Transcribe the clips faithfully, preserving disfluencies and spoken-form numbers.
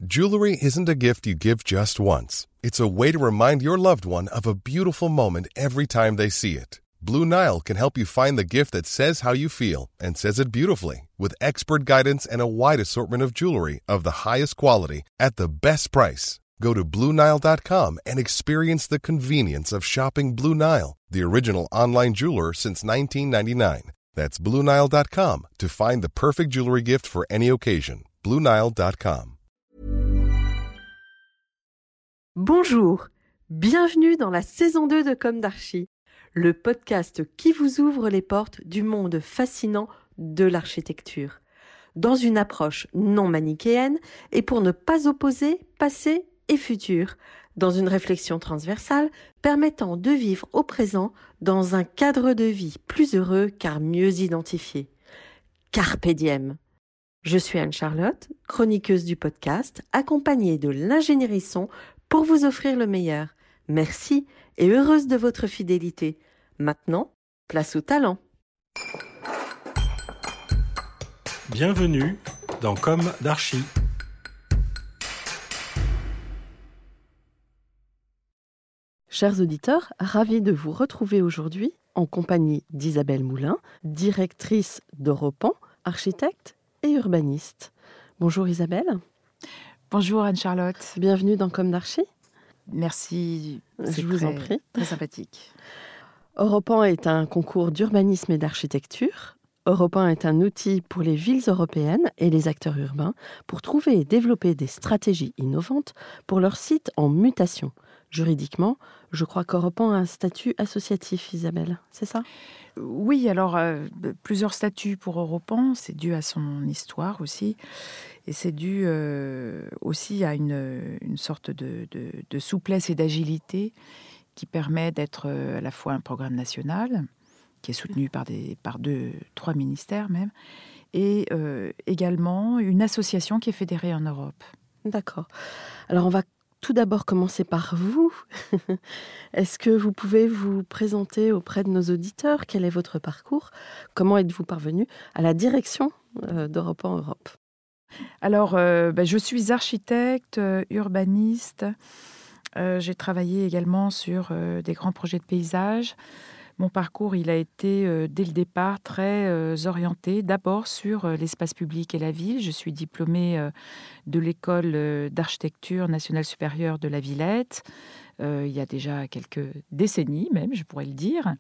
Jewelry isn't a gift you give just once. It's a way to remind your loved one of a beautiful moment every time they see it. Blue Nile can help you find the gift that says how you feel and says it beautifully, with expert guidance and a wide assortment of jewelry of the highest quality at the best price. Go to Blue Nile dot com and experience the convenience of shopping Blue Nile, the original online jeweler since nineteen ninety-nine. That's Blue Nile dot com to find the perfect jewelry gift for any occasion. Blue Nile dot com. Bonjour, bienvenue dans la saison deux de Comme d'Archi, le podcast qui vous ouvre les portes du monde fascinant de l'architecture, dans une approche non manichéenne et pour ne pas opposer passé et futur, dans une réflexion transversale permettant de vivre au présent dans un cadre de vie plus heureux car mieux identifié. Carpe diem. Je suis Anne-Charlotte, chroniqueuse du podcast, accompagnée de l'ingénierie son pour vous offrir le meilleur. Merci et heureuse de votre fidélité. Maintenant, place au talent. Bienvenue dans Comme d'Archi. Chers auditeurs, ravis de vous retrouver aujourd'hui en compagnie d'Isabelle Moulin, directrice d'Europan, architecte et urbaniste. Bonjour Isabelle. Bonjour Anne-Charlotte. Bienvenue dans Comme d'Archi. Merci, c'est je vous très, en prie. Très sympathique. Europan est un concours d'urbanisme et d'architecture. Europan est un outil pour les villes européennes et les acteurs urbains pour trouver et développer des stratégies innovantes pour leurs sites en mutation. Juridiquement, je crois qu'Europan a un statut associatif, Isabelle, c'est ça ? Oui, alors euh, plusieurs statuts pour Europan, c'est dû à son histoire aussi, et c'est dû euh, aussi à une, une sorte de, de, de souplesse et d'agilité qui permet d'être à la fois un programme national, qui est soutenu par, des, par deux, trois ministères même, et euh, également une association qui est fédérée en Europe. D'accord. Alors on va tout d'abord commencer par vous. Est-ce que vous pouvez vous présenter auprès de nos auditeurs ? Quel est votre parcours ? Comment êtes-vous parvenu à la direction euh, d'Europan Europe ? Alors, euh, ben, je suis architecte, euh, urbaniste. Euh, j'ai travaillé également sur euh, des grands projets de paysage. Mon parcours, il a été, euh, dès le départ, très euh, orienté d'abord sur euh, l'espace public et la ville. Je suis diplômée euh, de l'école euh, d'architecture nationale supérieure de la Villette, euh, il y a déjà quelques décennies même, je pourrais le dire.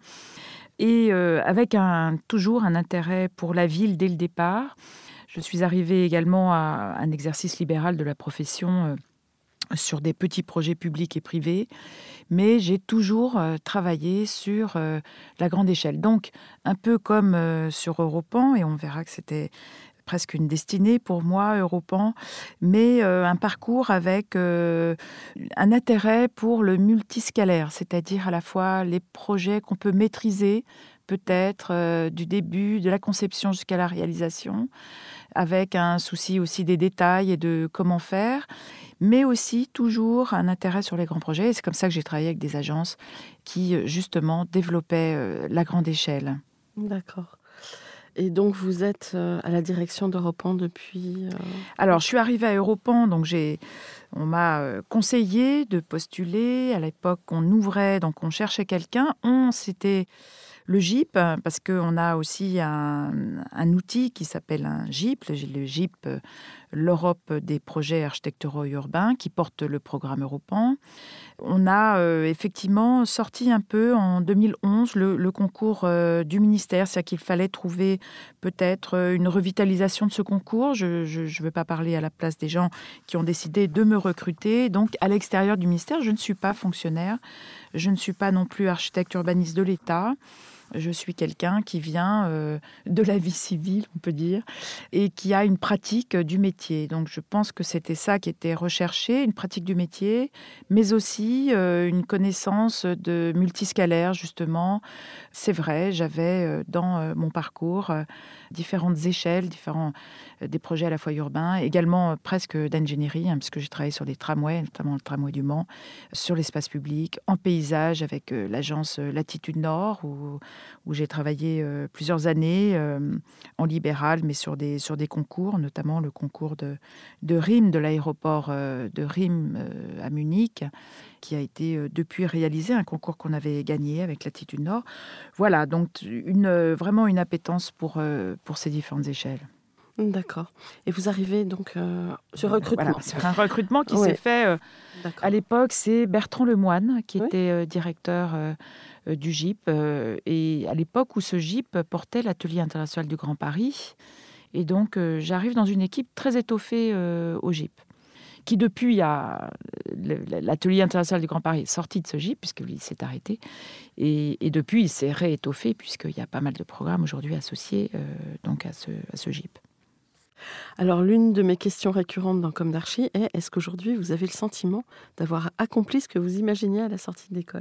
Et euh, avec un, toujours un intérêt pour la ville dès le départ. Je suis arrivée également à un exercice libéral de la profession euh, sur des petits projets publics et privés, mais j'ai toujours euh, travaillé sur euh, la grande échelle. Donc, un peu comme euh, sur Europan, et on verra que c'était presque une destinée pour moi, Europan, mais euh, un parcours avec euh, un intérêt pour le multiscalaire, c'est-à-dire à la fois les projets qu'on peut maîtriser, peut-être euh, du début, de la conception jusqu'à la réalisation, avec un souci aussi des détails et de comment faire, mais aussi toujours un intérêt sur les grands projets. Et c'est comme ça que j'ai travaillé avec des agences qui, justement, développaient euh, la grande échelle. D'accord. Et donc, vous êtes euh, à la direction d'Europan depuis... Euh... Alors, je suis arrivée à Europan, donc j'ai, on m'a euh, conseillé de postuler. À l'époque, on ouvrait, donc on cherchait quelqu'un. On, c'était le G I P, parce qu'on a aussi un, un outil qui s'appelle un G I P, le G I P, l'Europe des projets architecturaux urbains, qui porte le programme Europan. On a euh, effectivement sorti un peu en deux mille onze le, le concours euh, du ministère, c'est-à-dire qu'il fallait trouver peut-être euh, une revitalisation de ce concours. Je ne veux pas parler à la place des gens qui ont décidé de me recruter. Donc, à l'extérieur du ministère, je ne suis pas fonctionnaire, je ne suis pas non plus architecte urbaniste de l'État. Je suis quelqu'un qui vient euh, de la vie civile, on peut dire, et qui a une pratique du métier. Donc, je pense que c'était ça qui était recherché, une pratique du métier, mais aussi euh, une connaissance de multiscalaire, justement. C'est vrai, j'avais euh, dans euh, mon parcours euh, différentes échelles, différents, euh, des projets à la fois urbains, également euh, presque d'ingénierie, hein, puisque j'ai travaillé sur des tramways, notamment le tramway du Mans, sur l'espace public, en paysage avec euh, l'agence Latitude Nord, où où j'ai travaillé euh, plusieurs années euh, en libéral, mais sur des, sur des concours, notamment le concours de, de R I M, de l'aéroport euh, de R I M euh, à Munich, qui a été euh, depuis réalisé, un concours qu'on avait gagné avec Latitude Nord. Voilà, donc une, euh, vraiment une appétence pour, euh, pour ces différentes échelles. D'accord. Et vous arrivez donc euh, sur recrutement. Voilà, c'est un recrutement qui Ouais. s'est fait euh, à l'époque. C'est Bertrand Lemoine qui Oui. était euh, directeur euh, euh, du G I P. Euh, et à l'époque où ce G I P portait l'atelier international du Grand Paris. Et donc, euh, j'arrive dans une équipe très étoffée euh, au G I P, qui depuis a l'atelier international du Grand Paris est sorti de ce G I P puisqu'il s'est arrêté. Et, et depuis, il s'est réétoffé puisqu'il y a pas mal de programmes aujourd'hui associés euh, donc à ce, à ce G I P. Alors, l'une de mes questions récurrentes dans Comme d'Archi est est-ce qu'aujourd'hui, vous avez le sentiment d'avoir accompli ce que vous imaginiez à la sortie de l'école ?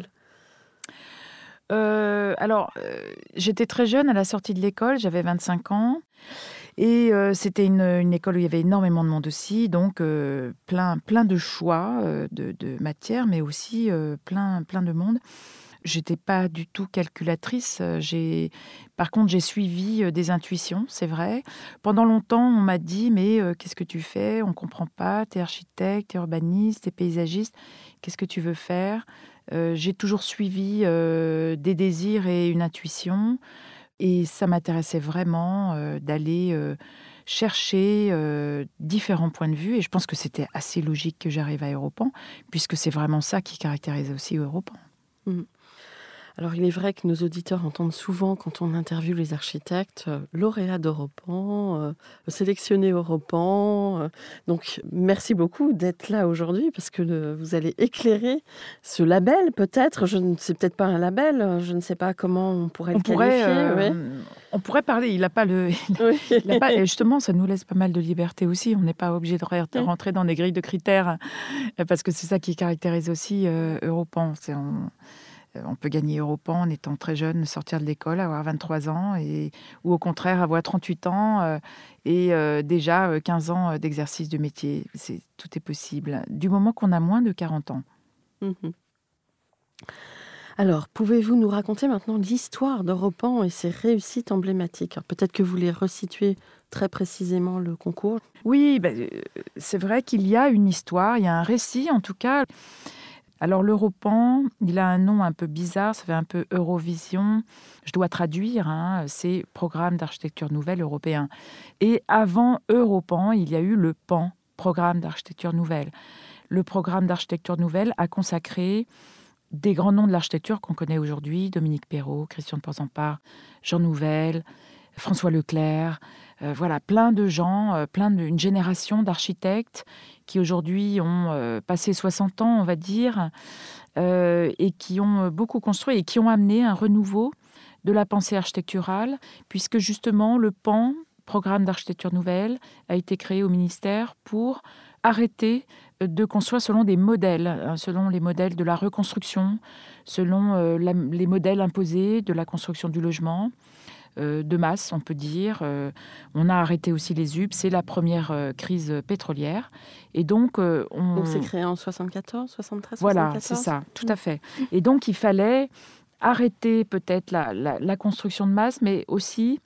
euh, Alors, euh, j'étais très jeune à la sortie de l'école, j'avais vingt-cinq ans. Et euh, c'était une, une école où il y avait énormément de monde aussi, donc euh, plein, plein de choix euh, de, de matières, mais aussi euh, plein, plein de monde. J'étais pas du tout calculatrice. J'ai, par contre, j'ai suivi des intuitions, c'est vrai. Pendant longtemps, on m'a dit, mais euh, qu'est-ce que tu fais ? On comprend pas. T'es architecte, t'es urbaniste, t'es paysagiste. Qu'est-ce que tu veux faire ? euh, J'ai toujours suivi euh, des désirs et une intuition. Et ça m'intéressait vraiment euh, d'aller euh, chercher euh, différents points de vue. Et je pense que c'était assez logique que j'arrive à Europan, puisque c'est vraiment ça qui caractérise aussi Europan. Mmh. Alors, il est vrai que nos auditeurs entendent souvent, quand on interviewe les architectes, euh, lauréats d'Europan, euh, sélectionnés Europan. Euh, donc, merci beaucoup d'être là aujourd'hui parce que le, vous allez éclairer ce label, peut-être. Je ne sais peut-être pas un label. Je ne sais pas comment on pourrait On le pourrait, qualifier. euh, ouais. on pourrait parler. Il n'a pas le. il a- Oui. il a pas- et justement, ça nous laisse pas mal de liberté aussi. On n'est pas obligé de re- Oui. rentrer dans des grilles de critères euh, parce que c'est ça qui caractérise aussi euh, Europan. C'est on, on peut gagner Europan en étant très jeune, sortir de l'école, avoir vingt-trois ans, et, ou au contraire avoir trente-huit ans euh, et euh, déjà euh, quinze ans d'exercice de métier. C'est, tout est possible, du moment qu'on a moins de quarante ans. Mhm. Alors, pouvez-vous nous raconter maintenant l'histoire d'Europan et ses réussites emblématiques ? Alors, peut-être que vous les resituez très précisément le concours. Oui, ben, euh, c'est vrai qu'il y a une histoire, il y a un récit en tout cas. Alors l'Europan, il a un nom un peu bizarre, ça fait un peu Eurovision. Je dois traduire, hein, c'est Programme d'architecture nouvelle européen. Et avant Europan, il y a eu le P A N, Programme d'architecture nouvelle. Le Programme d'architecture nouvelle a consacré des grands noms de l'architecture qu'on connaît aujourd'hui, Dominique Perrault, Christian de Porzampar, Jean Nouvel, François Leclerc, euh, voilà, plein de gens, euh, plein d'une génération d'architectes qui aujourd'hui ont euh, passé soixante ans, on va dire, euh, et qui ont beaucoup construit et qui ont amené un renouveau de la pensée architecturale, puisque justement le P A N, Programme d'architecture nouvelle, a été créé au ministère pour arrêter de construire selon des modèles, hein, selon les modèles de la reconstruction, selon euh, la, les modèles imposés de la construction du logement. Euh, de masse, on peut dire. Euh, on a arrêté aussi les U P. C'est la première euh, crise pétrolière. Et donc, euh, on... Donc, c'est créé en soixante-quatorze, soixante-treize, Voilà, soixante-quatorze. c'est ça, tout à fait. Et donc, il fallait arrêter peut-être la, la, la construction de masse, mais aussi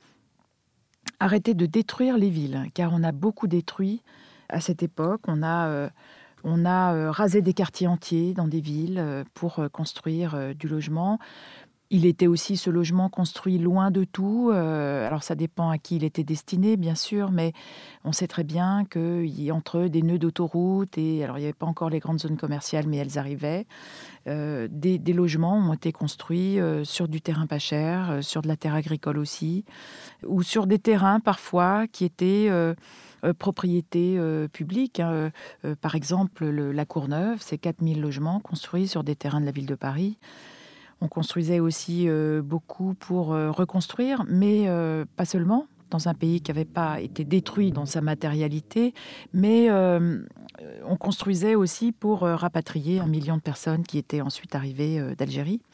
arrêter de détruire les villes, car on a beaucoup détruit à cette époque. On a... Euh, on a euh, rasé des quartiers entiers dans des villes euh, pour euh, construire euh, du logement. Il était aussi ce logement construit loin de tout. Euh, alors ça dépend à qui il était destiné, bien sûr, mais on sait très bien qu'il y a entre eux des nœuds d'autoroute, et alors il n'y avait pas encore les grandes zones commerciales, mais elles arrivaient. Euh, des, des logements ont été construits euh, sur du terrain pas cher, euh, sur de la terre agricole aussi, ou sur des terrains parfois qui étaient euh, euh, propriété euh, publique. Hein. Euh, par exemple, le, la Courneuve, c'est quatre mille logements construits sur des terrains de la ville de Paris. On construisait aussi euh, beaucoup pour euh, reconstruire, mais euh, pas seulement, dans un pays qui n'avait pas été détruit dans sa matérialité, mais euh, on construisait aussi pour euh, rapatrier un million de personnes qui étaient ensuite arrivées euh, d'Algérie.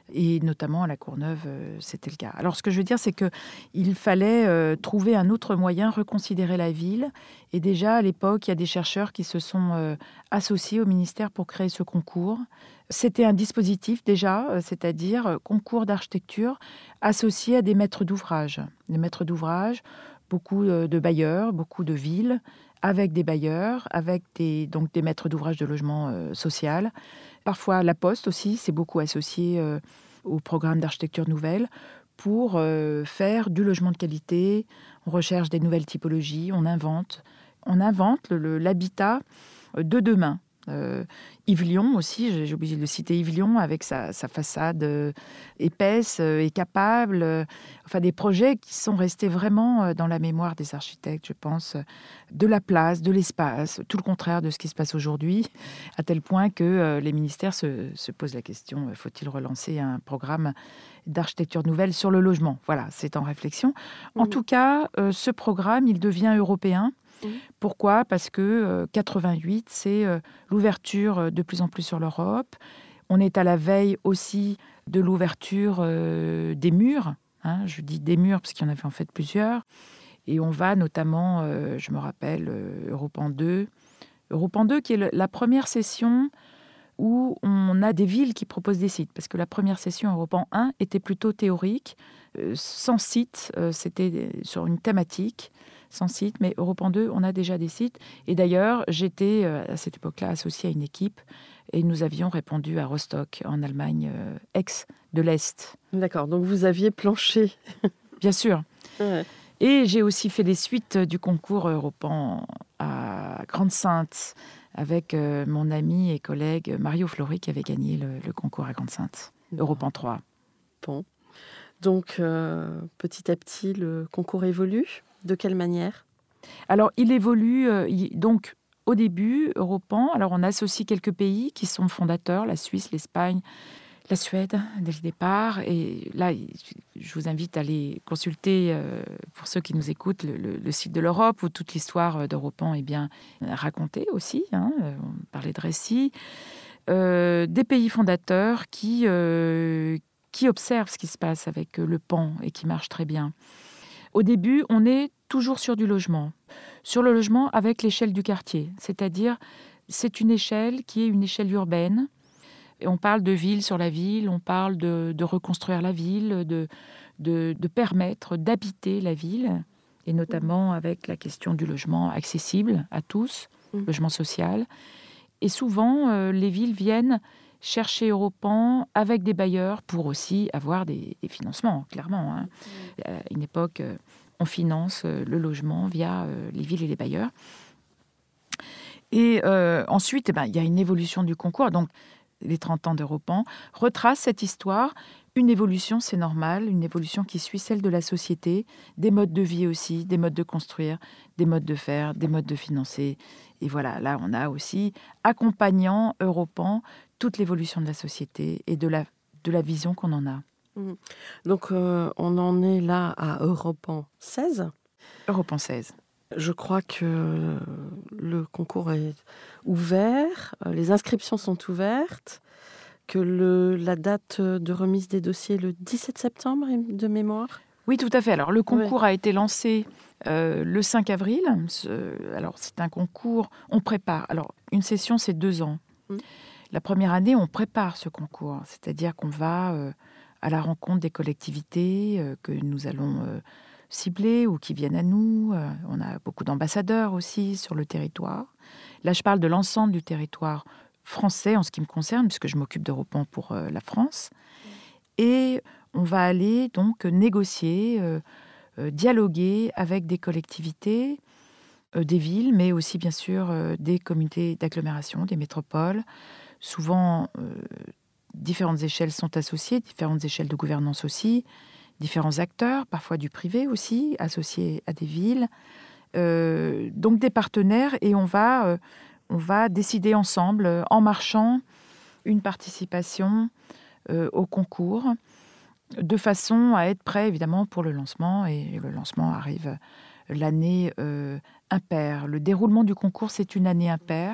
Et notamment à La Courneuve, euh, c'était le cas. Alors, ce que je veux dire, c'est qu'il fallait euh, trouver un autre moyen, reconsidérer la ville. Et déjà, à l'époque, il y a des chercheurs qui se sont euh, associés au ministère pour créer ce concours. C'était un dispositif déjà, euh, c'est-à-dire euh, concours d'architecture associé à des maîtres d'ouvrage. Des maîtres d'ouvrage, beaucoup euh, de bailleurs, beaucoup de villes, avec des bailleurs, avec des, donc des maîtres d'ouvrage de logement euh, social. Parfois, la Poste aussi, c'est beaucoup associé euh, au programme d'architecture nouvelle pour euh, faire du logement de qualité. On recherche des nouvelles typologies, on invente. On invente le, le, l'habitat de demain. Euh, Yves Lion aussi, j'ai, j'ai oublié de le citer, Yves Lion avec sa, sa façade euh, épaisse euh, et capable. Euh, enfin, des projets qui sont restés vraiment euh, dans la mémoire des architectes, je pense. Euh, de la place, de l'espace, tout le contraire de ce qui se passe aujourd'hui, à tel point que euh, les ministères se, se posent la question, euh, faut-il relancer un programme d'architecture nouvelle sur le logement? Voilà, c'est en réflexion. En mmh. tout cas, euh, ce programme, il devient européen. Mmh. Pourquoi ? Parce que euh, quatre-vingt-huit, c'est euh, l'ouverture de plus en plus sur l'Europe. On est à la veille aussi de l'ouverture euh, des murs. Hein, je dis des murs parce qu'il y en avait en fait plusieurs. Et on va notamment, euh, je me rappelle, euh, Europan deux. Europan deux qui est le, la première session où on a des villes qui proposent des sites. Parce que la première session, Europan un, était plutôt théorique, euh, sans site. Euh, c'était sur une thématique. Sans site, mais Europan deux, on a déjà des sites. Et d'ailleurs, j'étais euh, à cette époque-là associée à une équipe et nous avions répondu à Rostock, en Allemagne, euh, ex de l'Est. D'accord, donc vous aviez planché. Bien sûr. Ouais. Et j'ai aussi fait les suites du concours Europan à Grande-Synthe avec euh, mon ami et collègue Mario Flori qui avait gagné le, le concours à Grande-Synthe, bon. Europan trois. Bon, donc euh, petit à petit, le concours évolue. De quelle manière ? Alors, il évolue, euh, il, donc, au début, Europan, alors on associe quelques pays qui sont fondateurs, la Suisse, l'Espagne, la Suède, dès le départ. Et là, je vous invite à aller consulter, euh, pour ceux qui nous écoutent, le, le, le site de l'Europe, où toute l'histoire d'Europan est bien racontée aussi. Hein, on parlait de récits. Euh, des pays fondateurs qui, euh, qui observent ce qui se passe avec le Pan et qui marche très bien. Au début, on est toujours sur du logement. Sur le logement avec l'échelle du quartier. C'est-à-dire, c'est une échelle qui est une échelle urbaine. Et on parle de ville sur la ville, on parle de, de reconstruire la ville, de, de, de permettre d'habiter la ville, et notamment avec la question du logement accessible à tous, mmh. logement social. Et souvent, euh, les villes viennent chercher Europan avec des bailleurs pour aussi avoir des, des financements, clairement. Hein. Mmh. À une époque, euh, on finance euh, le logement via euh, les villes et les bailleurs. Et euh, ensuite, eh ben, il y a une évolution du concours. Donc, les trente ans d'Europan retracent cette histoire. Une évolution, c'est normal, une évolution qui suit celle de la société, des modes de vie aussi, des modes de construire, des modes de faire, des modes de financer. Et voilà, là, on a aussi, accompagnant Europan, toute l'évolution de la société et de la, de la vision qu'on en a. Donc, euh, on en est là à Europan seize. Europan seize. Je crois que le concours est ouvert, les inscriptions sont ouvertes, que le, la date de remise des dossiers est le dix-sept septembre de mémoire. Oui, tout à fait. Alors, le concours oui. a été lancé euh, le cinq avril. Alors, c'est un concours, on prépare. Alors, une session, c'est deux ans. Mmh. La première année, on prépare ce concours. C'est-à-dire qu'on va euh, à la rencontre des collectivités euh, que nous allons euh, cibler ou qui viennent à nous. Euh, on a beaucoup d'ambassadeurs aussi sur le territoire. Là, je parle de l'ensemble du territoire français en ce qui me concerne, puisque je m'occupe d'Europan pour euh, la France. Et on va aller donc négocier, euh, euh, dialoguer avec des collectivités, euh, des villes, mais aussi bien sûr euh, des communautés d'agglomération, des métropoles. Souvent, euh, différentes échelles sont associées, différentes échelles de gouvernance aussi, différents acteurs, parfois du privé aussi, associés à des villes. Euh, donc des partenaires, et on va, euh, on va décider ensemble, euh, en marchant, une participation euh, au concours, de façon à être prêt, évidemment, pour le lancement. Et le lancement arrive l'année euh, impaire. Le déroulement du concours, c'est une année impaire.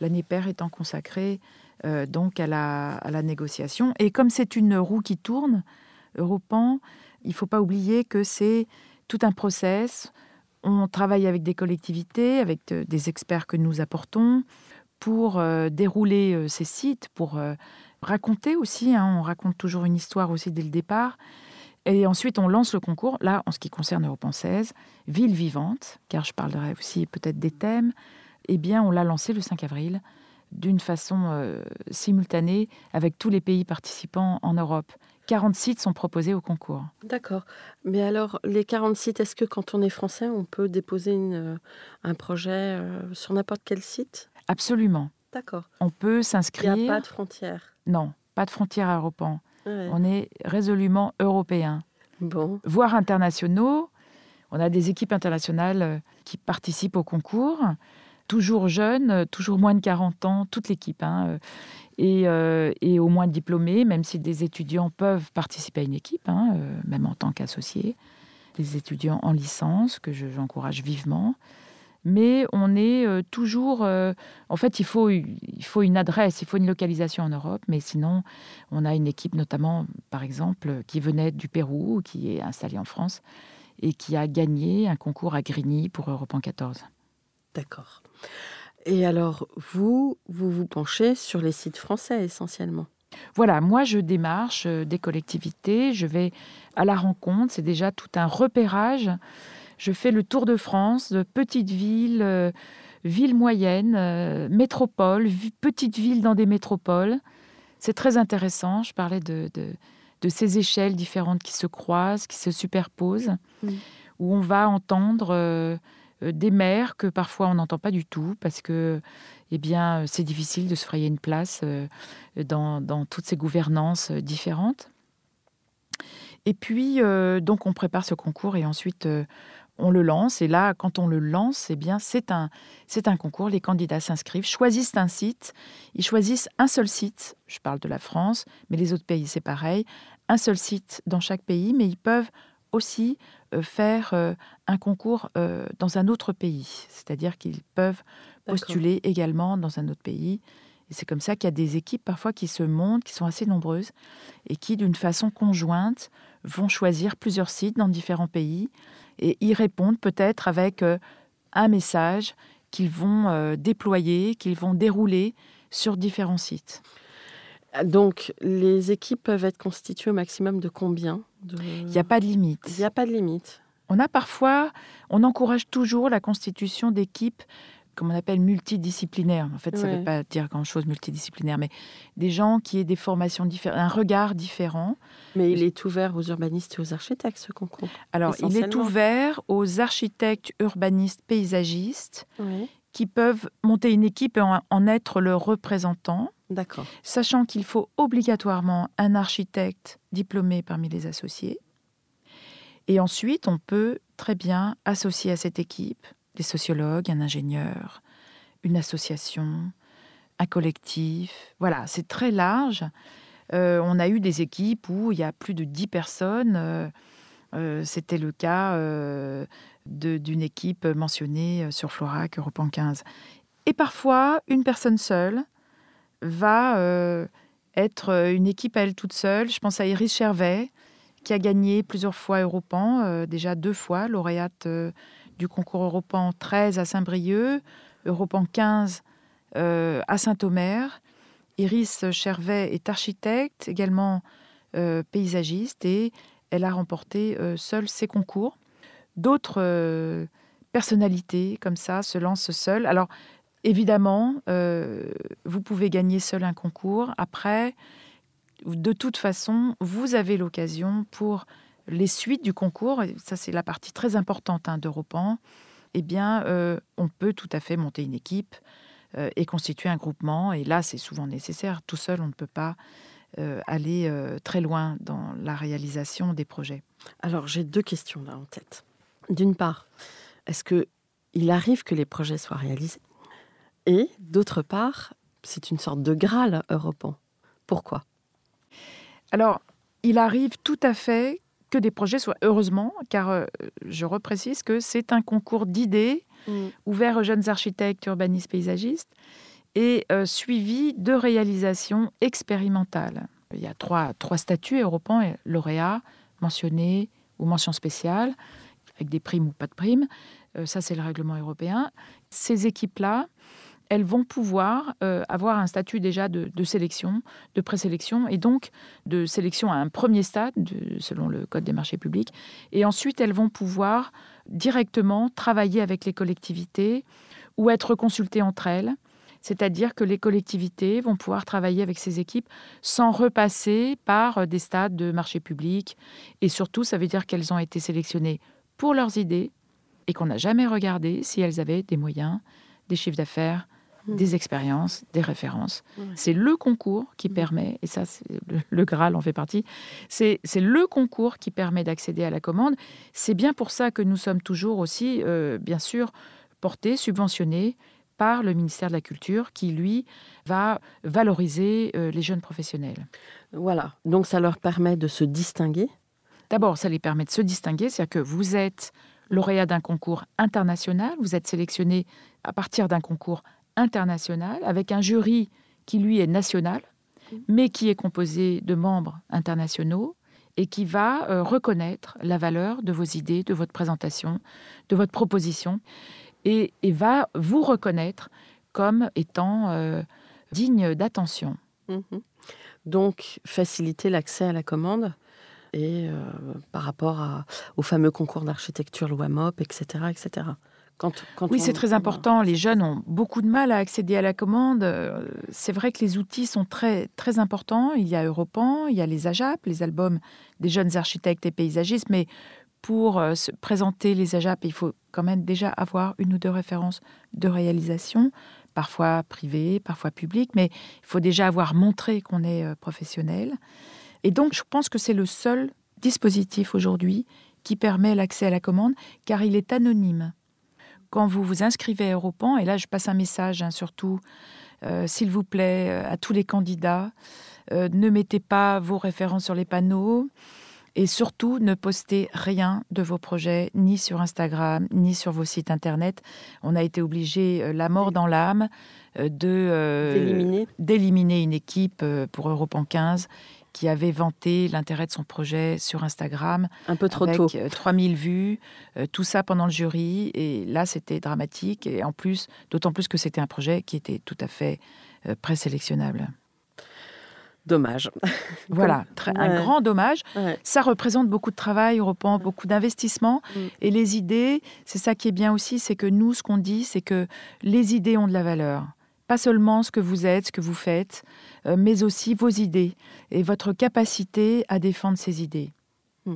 l'année paire étant consacrée euh, donc à la, à la négociation. Et comme c'est une roue qui tourne, Europan, il ne faut pas oublier que c'est tout un process. On travaille avec des collectivités, avec de, des experts que nous apportons pour euh, dérouler euh, ces sites, pour euh, raconter aussi. Hein, on raconte toujours une histoire aussi dès le départ. Et ensuite, on lance le concours. Là, en ce qui concerne Europan seize, Ville vivante, car je parlerai aussi peut-être des thèmes, eh bien, on l'a lancé le cinq avril d'une façon euh, simultanée avec tous les pays participants en Europe. quarante sites sont proposés au concours. D'accord. Mais alors, les quarante sites, est-ce que quand on est français, on peut déposer une, un projet euh, sur n'importe quel site ? Absolument. D'accord. On peut Il s'inscrire... n'y a pas de frontières. Non, pas de frontières à Europan. Ouais. On est résolument européens, Bon. voire internationaux. On a des équipes internationales qui participent au concours, toujours jeunes, toujours moins de quarante ans, toute l'équipe, hein, et, euh, et au moins diplômés, même si des étudiants peuvent participer à une équipe, hein, euh, même en tant qu'associés. Des étudiants en licence, que je, j'encourage vivement. Mais on est euh, toujours... Euh, en fait, il faut, il faut une adresse, il faut une localisation en Europe. Mais sinon, on a une équipe, notamment, par exemple, qui venait du Pérou, qui est installée en France, et qui a gagné un concours à Grigny pour Europan quatorze. D'accord. Et alors, vous, vous vous penchez sur les sites français, essentiellement ? Voilà, moi, je démarche euh, des collectivités. Je vais à la rencontre. C'est déjà tout un repérage. Je fais le tour de France, de petites villes, euh, villes moyennes, euh, métropoles, v- petites villes dans des métropoles. C'est très intéressant. Je parlais de, de, de ces échelles différentes qui se croisent, qui se superposent, mmh. où on va entendre euh, euh, des maires que parfois on n'entend pas du tout parce que eh bien, c'est difficile de se frayer une place euh, dans, dans toutes ces gouvernances euh, différentes. Et puis, euh, donc, on prépare ce concours et ensuite... Euh, on le lance, et là, quand on le lance, eh bien, c'est un, c'est un concours. Les candidats s'inscrivent, choisissent un site. Ils choisissent un seul site. Je parle de la France, mais les autres pays, c'est pareil. Un seul site dans chaque pays, mais ils peuvent aussi euh, faire euh, un concours euh, dans un autre pays. C'est-à-dire qu'ils peuvent postuler D'accord. également dans un autre pays. Et c'est comme ça qu'il y a des équipes parfois qui se montent, qui sont assez nombreuses, et qui, d'une façon conjointe, vont choisir plusieurs sites dans différents pays et y répondre peut-être avec euh, un message qu'ils vont euh, déployer, qu'ils vont dérouler sur différents sites. Donc, les équipes peuvent être constituées au maximum de combien de... Il n'y a pas de limite. Il n'y a pas de limite. On a parfois, on encourage toujours la constitution d'équipes comme on appelle multidisciplinaires. En fait, ça ne ouais. veut pas dire grand-chose multidisciplinaire, mais des gens qui aient des formations différentes, un regard différent. Mais il est ouvert aux urbanistes et aux architectes, ce concours. Alors, il est ouvert aux architectes, urbanistes, paysagistes ouais. qui peuvent monter une équipe et en, en être le représentant. D'accord. Sachant qu'il faut obligatoirement un architecte diplômé parmi les associés. Et ensuite, on peut très bien associer à cette équipe des sociologues, un ingénieur, une association, un collectif. Voilà, c'est très large. Euh, on a eu des équipes où il y a plus de dix personnes. Euh, euh, c'était le cas euh, de, d'une équipe mentionnée sur Florac, Europan quinze. Et parfois, une personne seule va euh, être une équipe à elle toute seule. Je pense à Iris Chervet, qui a gagné plusieurs fois Europan, euh, déjà deux fois, lauréate euh, du concours Europan treize à Saint-Brieuc, Europan quinze euh, à Saint-Omer. Iris Chervet est architecte, également euh, paysagiste, et elle a remporté euh, seule ses concours. D'autres euh, personnalités comme ça se lancent seules. Alors, évidemment, euh, vous pouvez gagner seul un concours. Après, de toute façon, vous avez l'occasion pour les suites du concours, et ça c'est la partie très importante hein, d'Europan, eh bien, euh, on peut tout à fait monter une équipe euh, et constituer un groupement. Et là, c'est souvent nécessaire. Tout seul, on ne peut pas euh, aller euh, très loin dans la réalisation des projets. Alors, j'ai deux questions là en tête. D'une part, est-ce qu'il arrive que les projets soient réalisés ? Et d'autre part, c'est une sorte de Graal Europan. Pourquoi ? Alors, il arrive tout à fait que des projets soient, heureusement, car euh, je reprécise que c'est un concours d'idées mmh. ouvert aux jeunes architectes, urbanistes, paysagistes. et euh, suivi de réalisations expérimentales. Il y a trois, trois statuts Europan, lauréat, mentionné ou mention spéciale, avec des primes ou pas de primes. Euh, ça, c'est le règlement européen. Ces équipes-là, elles vont pouvoir euh, avoir un statut déjà de, de sélection, de présélection, et donc de sélection à un premier stade, de, selon le Code des marchés publics. Et ensuite, elles vont pouvoir directement travailler avec les collectivités ou être consultées entre elles. C'est-à-dire que les collectivités vont pouvoir travailler avec ces équipes sans repasser par des stades de marché public. Et surtout, ça veut dire qu'elles ont été sélectionnées pour leurs idées et qu'on n'a jamais regardé si elles avaient des moyens, des chiffres d'affaires, mmh. des expériences, des références. Ouais. C'est le concours qui mmh. permet, et ça, c'est le, le Graal en fait partie, c'est, c'est le concours qui permet d'accéder à la commande. C'est bien pour ça que nous sommes toujours aussi, euh, bien sûr, portés, subventionnés par le ministère de la Culture qui, lui, va valoriser euh, les jeunes professionnels. Voilà, donc ça leur permet de se distinguer. D'abord, ça les permet de se distinguer, c'est-à-dire que vous êtes lauréat d'un concours international, vous êtes sélectionné à partir d'un concours international avec un jury qui, lui, est national, mais qui est composé de membres internationaux et qui va euh, reconnaître la valeur de vos idées, de votre présentation, de votre proposition. Et, et va vous reconnaître comme étant euh, digne d'attention. Mmh. Donc, faciliter l'accès à la commande et euh, par rapport à, au fameux concours d'architecture, loi M O P, et cetera et cetera. Quand, quand oui, on... c'est très important. Les jeunes ont beaucoup de mal à accéder à la commande. C'est vrai que les outils sont très, très importants. Il y a Europan, il y a les A J A P, les albums des jeunes architectes et paysagistes, mais pour euh, se présenter les A J A P, il faut quand même déjà avoir une ou deux références de réalisation, parfois privées, parfois publiques, mais il faut déjà avoir montré qu'on est euh, professionnel. Et donc, je pense que c'est le seul dispositif aujourd'hui qui permet l'accès à la commande, car il est anonyme. Quand vous vous inscrivez à Europan, et là, je passe un message, hein, surtout, euh, s'il vous plaît, euh, à tous les candidats, euh, ne mettez pas vos références sur les panneaux. Et surtout, ne postez rien de vos projets, ni sur Instagram, ni sur vos sites Internet. On a été obligé, euh, la mort dans l'âme, euh, de, euh, d'éliminer. d'éliminer une équipe euh, pour Europan quinze qui avait vanté l'intérêt de son projet sur Instagram. Un peu trop avec, tôt. Euh, trois mille vues, euh, tout ça pendant le jury. Et là, c'était dramatique. Et en plus, d'autant plus que c'était un projet qui était tout à fait euh, présélectionnable. Dommage. Voilà, très, ouais. un grand dommage. Ouais. Ça représente beaucoup de travail, Europan, ouais. beaucoup d'investissement. Mm. Et les idées, c'est ça qui est bien aussi, c'est que nous, ce qu'on dit, c'est que les idées ont de la valeur. Pas seulement ce que vous êtes, ce que vous faites, euh, mais aussi vos idées et votre capacité à défendre ces idées. Mm.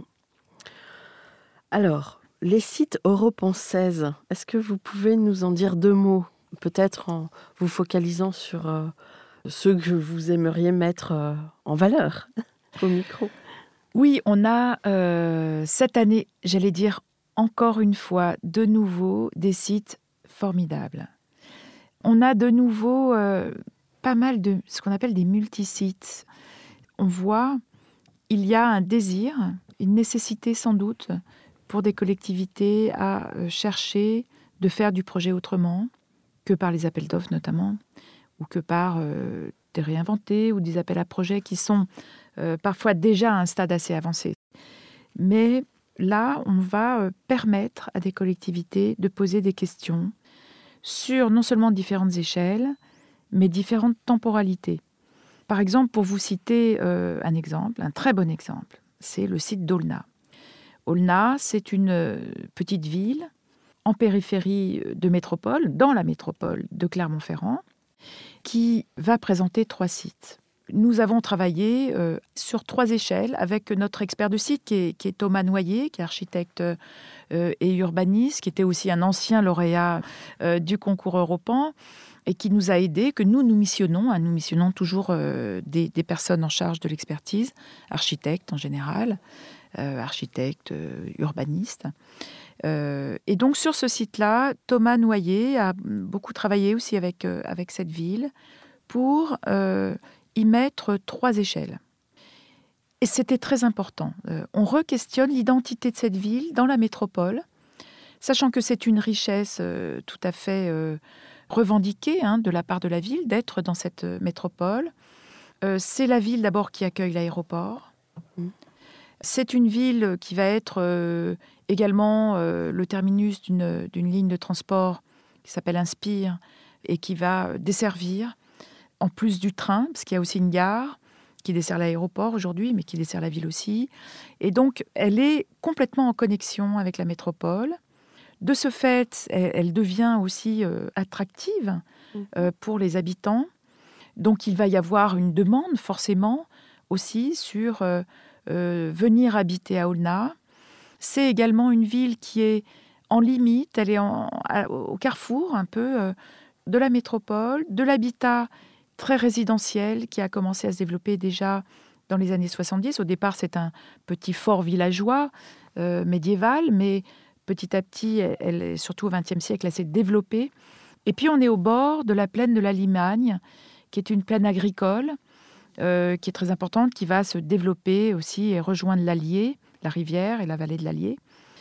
Alors, les sites Europan seize, est-ce que vous pouvez nous en dire deux mots ? Peut-être en vous focalisant sur... Euh, ceux que vous aimeriez mettre euh, en valeur au micro. Oui, on a euh, cette année, j'allais dire encore une fois, de nouveau des sites formidables. On a de nouveau euh, pas mal de ce qu'on appelle des multisites. On voit, il y a un désir, une nécessité sans doute pour des collectivités à euh, chercher de faire du projet autrement que par les appels d'offres notamment, ou que par euh, des réinventés ou des appels à projets qui sont euh, parfois déjà à un stade assez avancé. Mais là, on va euh, permettre à des collectivités de poser des questions sur non seulement différentes échelles, mais différentes temporalités. Par exemple, pour vous citer euh, un exemple, un très bon exemple, c'est le site d'Aulnat. Aulnat, c'est une euh, petite ville en périphérie de métropole, dans la métropole de Clermont-Ferrand, qui va présenter trois sites. Nous avons travaillé euh, sur trois échelles avec notre expert de site, qui est, qui est Thomas Noyer, qui est architecte euh, et urbaniste, qui était aussi un ancien lauréat euh, du concours Europan, et qui nous a aidés, que nous, nous missionnons. Hein, nous missionnons toujours euh, des, des personnes en charge de l'expertise, architectes en général, euh, architectes, euh, urbanistes. Euh, et donc, sur ce site-là, Thomas Noyer a beaucoup travaillé aussi avec, euh, avec cette ville pour euh, y mettre trois échelles. Et c'était très important. Euh, on re-questionne l'identité de cette ville dans la métropole, sachant que c'est une richesse euh, tout à fait euh, revendiqué hein, de la part de la ville d'être dans cette métropole. Euh, c'est la ville d'abord qui accueille l'aéroport. Mmh. C'est une ville qui va être euh, également euh, le terminus d'une, d'une ligne de transport qui s'appelle Inspire et qui va desservir, en plus du train, parce qu'il y a aussi une gare qui dessert l'aéroport aujourd'hui, mais qui dessert la ville aussi. Et donc, elle est complètement en connexion avec la métropole. De ce fait, elle, elle devient aussi euh, attractive euh, pour les habitants. Donc, il va y avoir une demande, forcément, aussi sur euh, euh, venir habiter à Aulnat. C'est également une ville qui est en limite, elle est en, à, au carrefour un peu euh, de la métropole, de l'habitat très résidentiel qui a commencé à se développer déjà dans les années soixante-dix. Au départ, c'est un petit fort villageois euh, médiéval, mais petit à petit, elle, elle, surtout au vingtième siècle, elle s'est développée. Et puis, on est au bord de la plaine de la Limagne, qui est une plaine agricole, euh, qui est très importante, qui va se développer aussi et rejoindre l'Allier, la rivière et la vallée de l'Allier.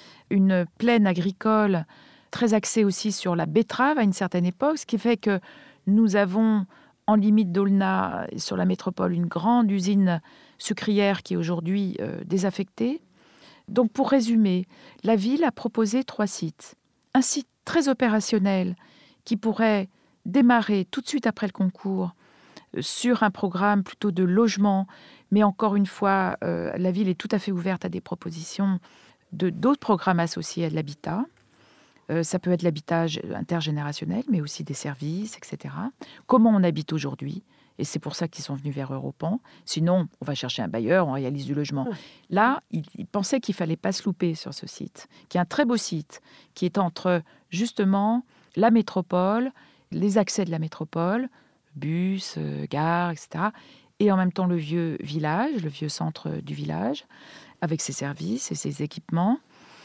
Une plaine agricole très axée aussi sur la betterave à une certaine époque, ce qui fait que nous avons en limite d'Aulnat, sur la métropole, une grande usine sucrière qui est aujourd'hui euh, désaffectée. Donc, pour résumer, la ville a proposé trois sites. Un site très opérationnel qui pourrait démarrer tout de suite après le concours euh, sur un programme plutôt de logement, mais encore une fois, euh, la ville est tout à fait ouverte à des propositions de, d'autres programmes associés à de l'habitat. Euh, ça peut être l'habitat intergénérationnel, mais aussi des services, et cetera. Comment on habite aujourd'hui ? Et c'est pour ça qu'ils sont venus vers Europan. Sinon, on va chercher un bailleur, on réalise du logement. Là, ils, ils pensaient qu'il ne fallait pas se louper sur ce site, qui est un très beau site, qui est entre, justement, la métropole, les accès de la métropole, bus, euh, gare, et cetera, et en même temps le vieux village, le vieux centre du village, avec ses services et ses équipements.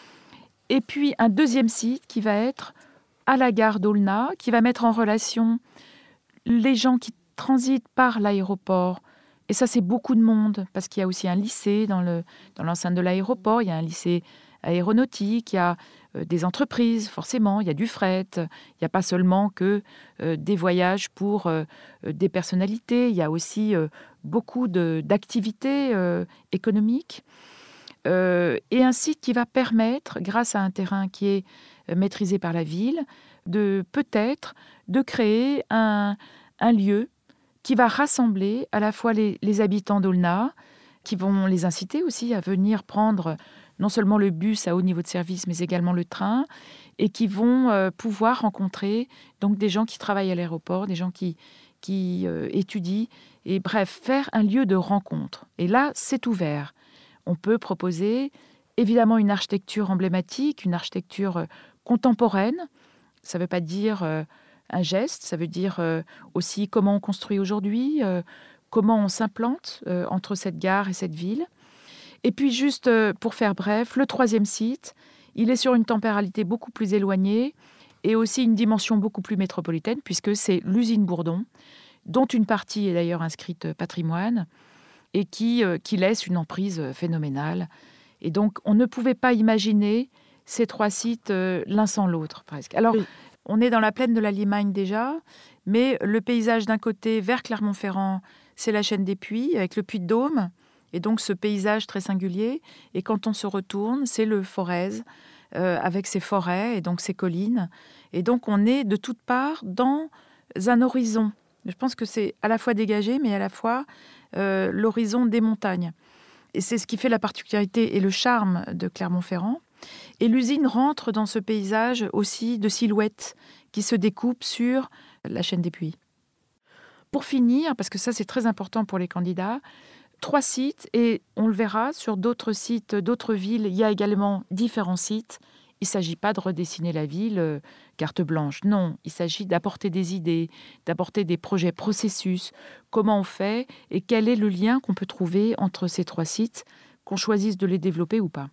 Et puis, un deuxième site qui va être à la gare d'Aulnat, qui va mettre en relation les gens qui transitent par l'aéroport. Et ça, c'est beaucoup de monde, parce qu'il y a aussi un lycée dans, le, dans l'enceinte de l'aéroport. Il y a un lycée aéronautique, il y a euh, des entreprises, forcément. Il y a du fret. Il n'y a pas seulement que euh, des voyages pour euh, des personnalités. Il y a aussi euh, beaucoup de, d'activités euh, économiques. Euh, et un site qui va permettre, grâce à un terrain qui est euh, maîtrisé par la ville, de peut-être de créer un, un lieu qui va rassembler à la fois les, les habitants d'Aulnat, qui vont les inciter aussi à venir prendre non seulement le bus à haut niveau de service, mais également le train, et qui vont euh, pouvoir rencontrer donc des gens qui travaillent à l'aéroport, des gens qui, qui euh, étudient, et bref, faire un lieu de rencontre. Et là, c'est ouvert. On peut proposer évidemment une architecture emblématique, une architecture contemporaine. Ça ne veut pas dire euh, un geste, ça veut dire euh, aussi comment on construit aujourd'hui, euh, comment on s'implante euh, entre cette gare et cette ville. Et puis juste euh, pour faire bref, le troisième site, il est sur une temporalité beaucoup plus éloignée et aussi une dimension beaucoup plus métropolitaine, puisque c'est l'usine Bourdon, dont une partie est d'ailleurs inscrite patrimoine, et qui, euh, qui laisse une emprise phénoménale. Et donc, on ne pouvait pas imaginer ces trois sites euh, l'un sans l'autre, presque. Alors, oui. On est dans la plaine de la Limagne déjà, mais le paysage d'un côté, vers Clermont-Ferrand, c'est la chaîne des Puys, avec le Puy de Dôme, et donc ce paysage très singulier. Et quand on se retourne, c'est le Forez, euh, avec ses forêts et donc ses collines. Et donc, on est de toutes parts dans un horizon. Je pense que c'est à la fois dégagé, mais à la fois Euh, l'horizon des montagnes. Et c'est ce qui fait la particularité et le charme de Clermont-Ferrand. Et l'usine rentre dans ce paysage aussi de silhouettes qui se découpent sur la chaîne des Puys. Pour finir, parce que ça c'est très important pour les candidats, trois sites, et on le verra sur d'autres sites, d'autres villes, il y a également différents sites. Il ne s'agit pas de redessiner la ville euh, carte blanche. Non, il s'agit d'apporter des idées, d'apporter des projets, processus, comment on fait et quel est le lien qu'on peut trouver entre ces trois sites, qu'on choisisse de les développer ou pas.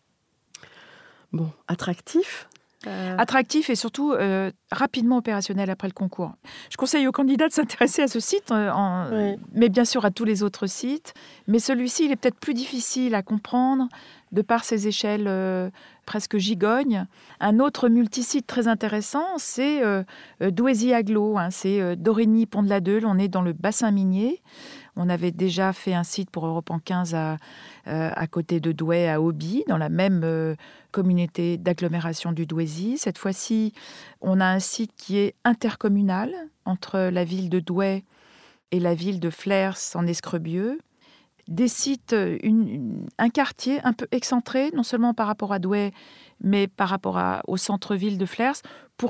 Bon, attractif euh... Attractif et surtout euh, rapidement opérationnel après le concours. Je conseille aux candidats de s'intéresser à ce site, euh, en... oui. mais bien sûr à tous les autres sites. Mais celui-ci, il est peut-être plus difficile à comprendre de par ses échelles euh, presque gigognes. Un autre multisite très intéressant, c'est euh, Douaisis-Aglo, hein, c'est euh, Dorigny-Pont-de-la-Deule, on est dans le bassin minier. On avait déjà fait un site pour Europe quinze à, euh, à côté de Douai, à Auby, dans la même euh, communauté d'agglomération du Douaisis. Cette fois-ci, on a un site qui est intercommunal entre la ville de Douai et la ville de Flers en Escrebieux. Des sites, une, une, un quartier un peu excentré, non seulement par rapport à Douai, mais par rapport à, au centre-ville de Flers. Pourquoi ?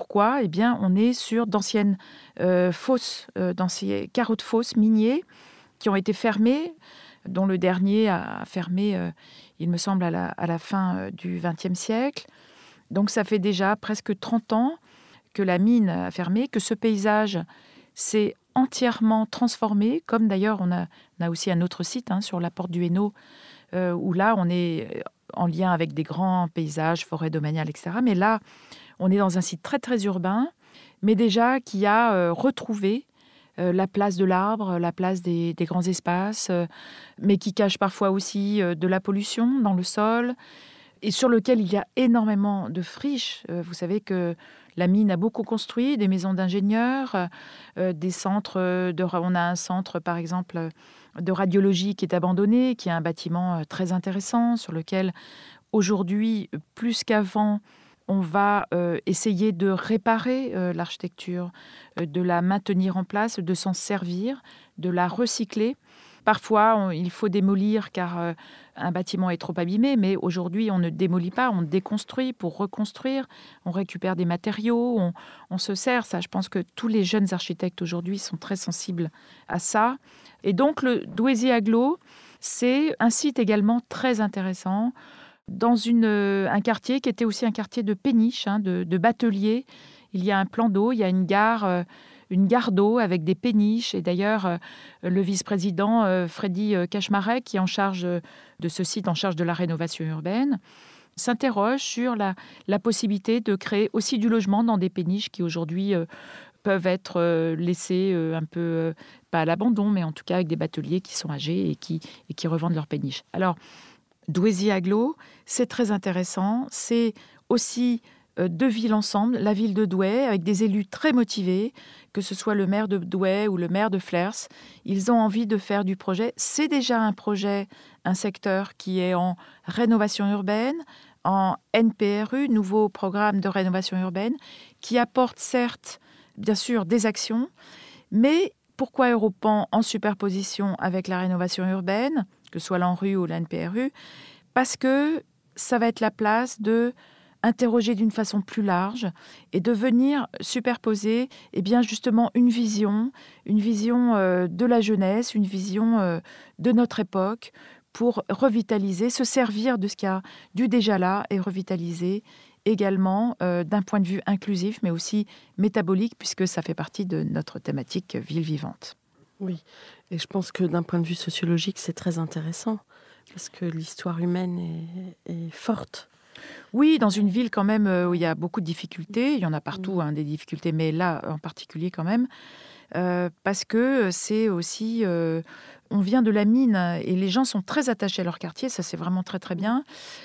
Eh bien, on est sur d'anciennes euh, fosses, euh, d'anciens carreaux de fosses miniers qui ont été fermés, dont le dernier a fermé, euh, il me semble, à la, à la fin euh, du vingtième siècle. Donc ça fait déjà presque trente ans que la mine a fermé, que ce paysage s'est entièrement transformé, comme d'ailleurs on a, on a aussi un autre site hein, sur la porte du Hainaut, euh, où là on est en lien avec des grands paysages, forêts domaniales, et cetera. Mais là, on est dans un site très très urbain, mais déjà qui a euh, retrouvé la place de l'arbre, la place des, des grands espaces, euh, mais qui cache parfois aussi euh, de la pollution dans le sol, et sur lequel il y a énormément de friches. Euh, vous savez que la mine a beaucoup construit, des maisons d'ingénieurs, euh, des centres de... On a un centre, par exemple, de radiologie qui est abandonné, qui est un bâtiment très intéressant, sur lequel, aujourd'hui, plus qu'avant, on va euh, essayer de réparer euh, l'architecture, euh, de la maintenir en place, de s'en servir, de la recycler. Parfois, on, il faut démolir car euh, un bâtiment est trop abîmé, mais aujourd'hui, on ne démolit pas, on déconstruit pour reconstruire. On récupère des matériaux, on, on se sert. Ça, je pense que tous les jeunes architectes aujourd'hui sont très sensibles à ça. Et donc, le Douaisis-Aglo, c'est un site également très intéressant, dans une, un quartier qui était aussi un quartier de péniche, hein, de, de bateliers. Il y a un plan d'eau, il y a une gare, euh, une gare d'eau avec des péniches. Et d'ailleurs, euh, le vice-président euh, Freddy Cachemaret, qui est en charge de ce site, en charge de la rénovation urbaine, s'interroge sur la, la possibilité de créer aussi du logement dans des péniches qui aujourd'hui euh, peuvent être euh, laissées euh, un peu, euh, pas à l'abandon, mais en tout cas avec des bateliers qui sont âgés et qui, et qui revendent leurs péniches. Alors, Douaisis-Aglo, c'est très intéressant. C'est aussi euh, deux villes ensemble, la ville de Douai, avec des élus très motivés, que ce soit le maire de Douai ou le maire de Flers. Ils ont envie de faire du projet. C'est déjà un projet, un secteur qui est en rénovation urbaine, en N P R U, nouveau programme de rénovation urbaine, qui apporte certes, bien sûr, des actions, mais pourquoi Europan en superposition avec la rénovation urbaine, que ce soit l'ANRU ou la N P R U, parce que ça va être la place de interroger d'une façon plus large et de venir superposer eh bien justement une vision, une vision euh, de la jeunesse, une vision euh, de notre époque pour revitaliser, se servir de ce qu'il y a du déjà là et revitaliser également euh, d'un point de vue inclusif, mais aussi métabolique, puisque ça fait partie de notre thématique ville vivante. Oui, et je pense que d'un point de vue sociologique, c'est très intéressant, parce que l'histoire humaine est, est forte. Oui, dans une ville quand même où il y a beaucoup de difficultés, il y en a partout hein, des difficultés, mais là en particulier quand même, euh, parce que c'est aussi... Euh, on vient de la mine et les gens sont très attachés à leur quartier, ça c'est vraiment très très bien.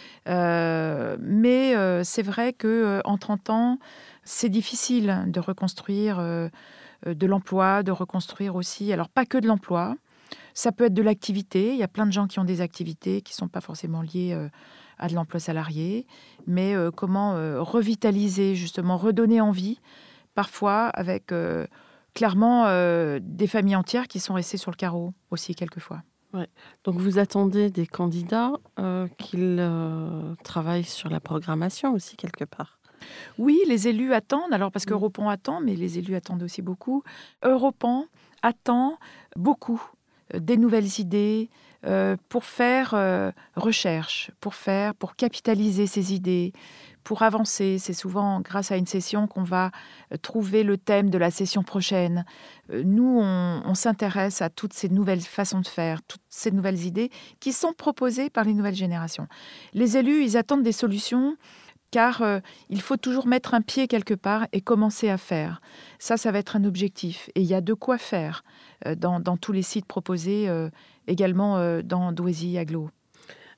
Euh, mais euh, c'est vrai qu'en euh, trente ans, c'est difficile de reconstruire... Euh, de l'emploi, de reconstruire aussi, alors pas que de l'emploi, ça peut être de l'activité, il y a plein de gens qui ont des activités qui ne sont pas forcément liées euh, à de l'emploi salarié, mais euh, comment euh, revitaliser, justement, redonner envie, parfois avec euh, clairement euh, des familles entières qui sont restées sur le carreau aussi quelquefois. Ouais. Donc vous attendez des candidats euh, qu'ils euh, travaillent sur la programmation aussi quelque part. Oui, les élus attendent, alors parce qu'Europan attend, mais les élus attendent aussi beaucoup. Europan attend beaucoup euh, des nouvelles idées euh, pour faire euh, recherche, pour faire, pour capitaliser ces idées, pour avancer. C'est souvent grâce à une session qu'on va trouver le thème de la session prochaine. Euh, nous, on, on s'intéresse à toutes ces nouvelles façons de faire, toutes ces nouvelles idées qui sont proposées par les nouvelles générations. Les élus, ils attendent des solutions car euh, il faut toujours mettre un pied quelque part et commencer à faire. Ça, ça va être un objectif. Et il y a de quoi faire euh, dans, dans tous les sites proposés, euh, également euh, dans Douaisis-Aglo.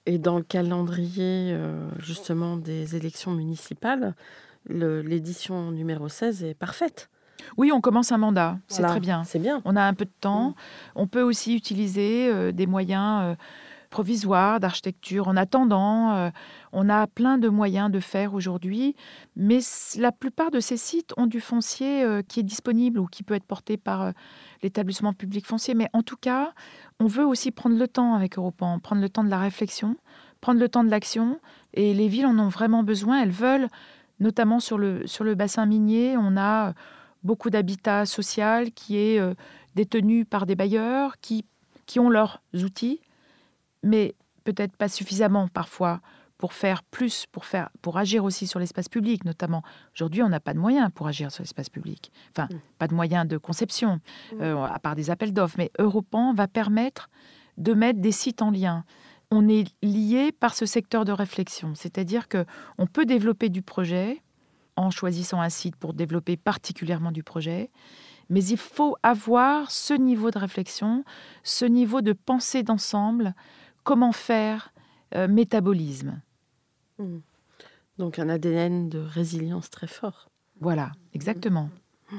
Et dans le calendrier, euh, justement, des élections municipales, le- l'édition numéro seize est parfaite. Oui, on commence un mandat, c'est Voilà, très bien. c'est bien. On a un peu de temps. Mm. On peut aussi utiliser euh, des moyens euh, provisoires d'architecture en attendant. Euh, on a plein de moyens de faire aujourd'hui, mais c- la plupart de ces sites ont du foncier euh, qui est disponible ou qui peut être porté par euh, l'établissement public foncier. Mais en tout cas, on veut aussi prendre le temps avec Europan, prendre le temps de la réflexion, prendre le temps de l'action. Et les villes en ont vraiment besoin. Elles veulent, notamment sur le, sur le bassin minier, on a beaucoup d'habitat social qui est euh, détenu par des bailleurs qui, qui ont leurs outils, mais peut-être pas suffisamment parfois pour faire plus, pour, faire, pour agir aussi sur l'espace public notamment. Aujourd'hui, on n'a pas de moyens pour agir sur l'espace public. Enfin, Mm. pas de moyens de conception, euh, à part des appels d'offres. Mais Europan va permettre de mettre des sites en lien. On est lié par ce secteur de réflexion. C'est-à-dire qu'on peut développer du projet en choisissant un site pour développer particulièrement du projet. Mais il faut avoir ce niveau de réflexion, ce niveau de pensée d'ensemble, comment faire euh, métabolisme. Mm. Donc un A D N de résilience très fort. Voilà, exactement.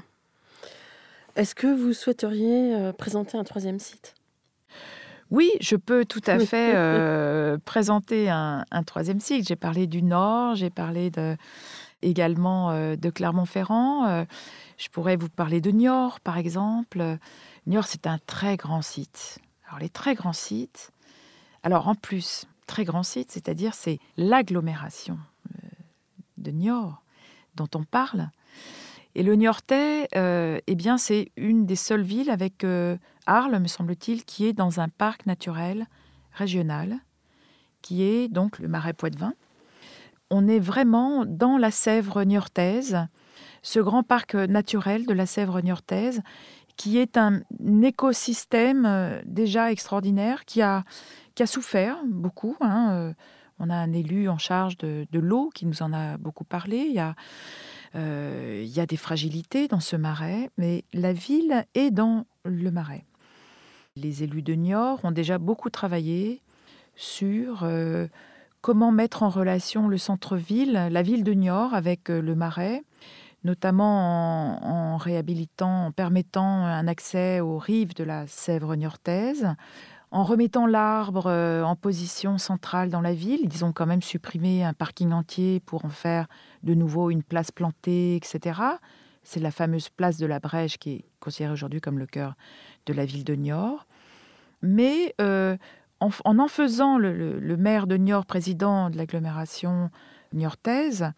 Est-ce que vous souhaiteriez euh, présenter un troisième site ? Oui, je peux tout à fait euh, présenter un, un troisième site. J'ai parlé du Nord, j'ai parlé de, également euh, de Clermont-Ferrand. Euh, je pourrais vous parler de Niort, par exemple. Niort, c'est un très grand site. Alors, les très grands sites, alors en plus, très grand site, c'est-à-dire c'est l'agglomération euh, de Niort dont on parle. Et le Niortais, euh, eh bien, c'est une des seules villes avec euh, Arles, me semble-t-il, qui est dans un parc naturel régional, qui est donc le Marais Poitevin. On est vraiment dans la Sèvre niortaise, ce grand parc naturel de la Sèvre niortaise, qui est un écosystème euh, déjà extraordinaire, qui a, qui a souffert beaucoup. Hein. Euh, on a un élu en charge de, de l'eau qui nous en a beaucoup parlé. Il y a, euh, il y a des fragilités dans ce marais, mais la ville est dans le marais. Les élus de Niort ont déjà beaucoup travaillé sur euh, comment mettre en relation le centre-ville, la ville de Niort avec euh, le marais, notamment en, en réhabilitant, en permettant un accès aux rives de la Sèvre niortaise, en remettant l'arbre euh, en position centrale dans la ville. Ils ont quand même supprimé un parking entier pour en faire de nouveau une place plantée, et cetera. C'est la fameuse place de la Brèche qui est considérée aujourd'hui comme le cœur de la ville de Niort. Mais euh, en, en en faisant le, le, le maire de Niort, président de l'agglomération niortaise,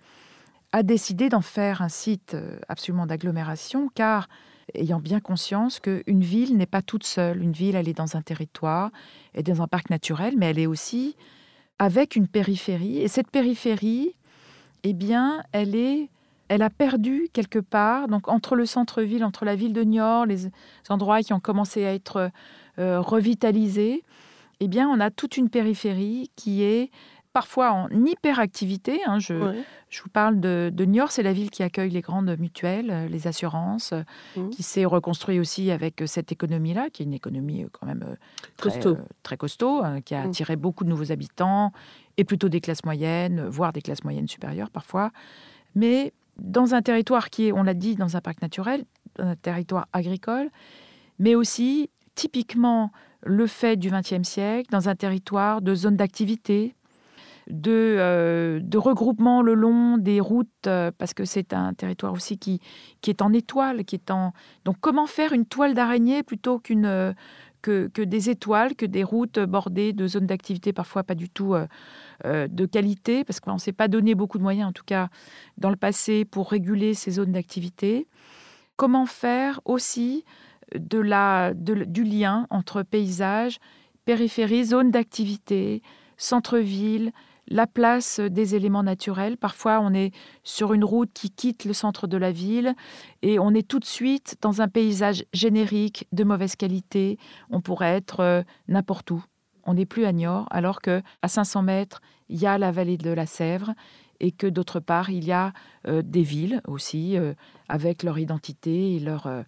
a décidé d'en faire un site absolument d'agglomération, car ayant bien conscience qu'une ville n'est pas toute seule. Une ville, elle est dans un territoire, elle est dans un parc naturel, mais elle est aussi avec une périphérie. Et cette périphérie, eh bien, elle est, elle a perdu quelque part, donc entre le centre-ville, entre la ville de Niort, les endroits qui ont commencé à être euh, revitalisés, eh bien, on a toute une périphérie qui est parfois en hyperactivité. Hein, je, Ouais. je vous parle de, de Niort, c'est la ville qui accueille les grandes mutuelles, les assurances, Mmh. qui s'est reconstruite aussi avec cette économie-là, qui est une économie quand même euh, très Costaud. euh, très costaud, hein, qui a Mmh. attiré beaucoup de nouveaux habitants, et plutôt des classes moyennes, voire des classes moyennes supérieures parfois. Mais dans un territoire qui est, on l'a dit, dans un parc naturel, dans un territoire agricole, mais aussi typiquement le fait du vingtième siècle, dans un territoire de zones d'activité, de, euh, de regroupement le long des routes, euh, parce que c'est un territoire aussi qui, qui est en étoile, qui est en... Donc comment faire une toile d'araignée plutôt qu'une, euh, que, que des étoiles, que des routes bordées de zones d'activité parfois pas du tout euh, euh, de qualité, parce qu'on ne s'est pas donné beaucoup de moyens, en tout cas dans le passé, pour réguler ces zones d'activité. Comment faire aussi de la, de, du lien entre paysage, périphérie, zone d'activité, centre-ville, la place des éléments naturels. Parfois, on est sur une route qui quitte le centre de la ville et on est tout de suite dans un paysage générique de mauvaise qualité. On pourrait être euh, n'importe où. On n'est plus à Niort, alors qu'à cinq cents mètres, il y a la vallée de la Sèvre et que d'autre part, il y a euh, des villes aussi, euh, avec leur identité et leur, euh,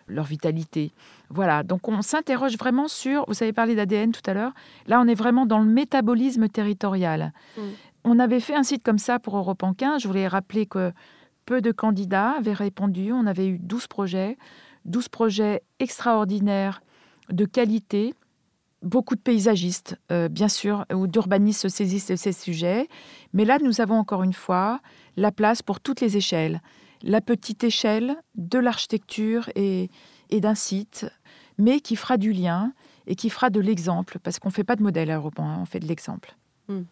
leur vitalité. Voilà, donc on s'interroge vraiment sur, vous avez parlé d'A D N tout à l'heure, là on est vraiment dans le métabolisme territorial. Mmh. On avait fait un site comme ça pour Europe en quinze, je voulais rappeler que peu de candidats avaient répondu, on avait eu douze projets, douze projets extraordinaires de qualité, beaucoup de paysagistes, euh, bien sûr, ou d'urbanistes se saisissent de ces sujets, mais là nous avons encore une fois la place pour toutes les échelles, la petite échelle de l'architecture et, et d'un site, mais qui fera du lien et qui fera de l'exemple, parce qu'on ne fait pas de modèle à Europe, hein, on fait de l'exemple. Mmh.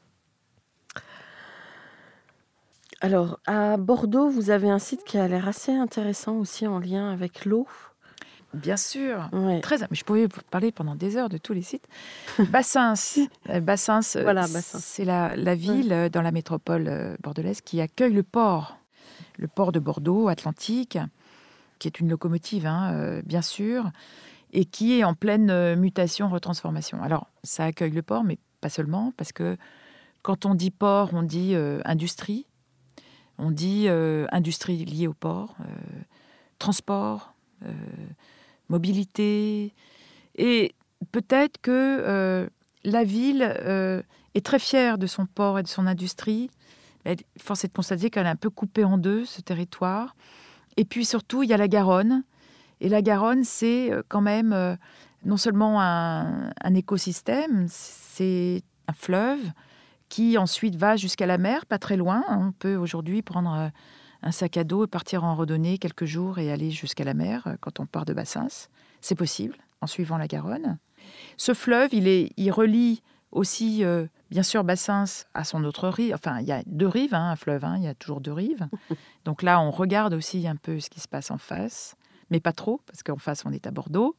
Alors, à Bordeaux, vous avez un site qui a l'air assez intéressant aussi en lien avec l'eau. Bien sûr, ouais. Très, mais je pouvais vous parler pendant des heures de tous les sites. Bassins, Bassins, voilà, Bassins. C'est la, la ville ouais. dans la métropole bordelaise qui accueille le port, le port de Bordeaux, Atlantique, qui est une locomotive, hein, euh, bien sûr, et qui est en pleine euh, mutation, retransformation. Alors, ça accueille le port, mais pas seulement, parce que quand on dit port, on dit euh, industrie, on dit euh, industrie liée au port, euh, transport, euh, mobilité. Et peut-être que euh, la ville euh, est très fière de son port et de son industrie. Elle, force est de constater qu'elle est un peu coupée en deux, ce territoire. Et puis surtout, il y a la Garonne. Et la Garonne, c'est quand même euh, non seulement un, un écosystème, c'est un fleuve qui ensuite va jusqu'à la mer, pas très loin. On peut aujourd'hui prendre un sac à dos et partir en randonnée quelques jours et aller jusqu'à la mer quand on part de Bassins. C'est possible, en suivant la Garonne. Ce fleuve, il, est, il relie aussi, euh, bien sûr, Bassins à son autre rive. Enfin, il y a deux rives, hein, un fleuve, hein, il y a toujours deux rives. Donc là, on regarde aussi un peu ce qui se passe en face, mais pas trop, parce qu'en face, on est à Bordeaux.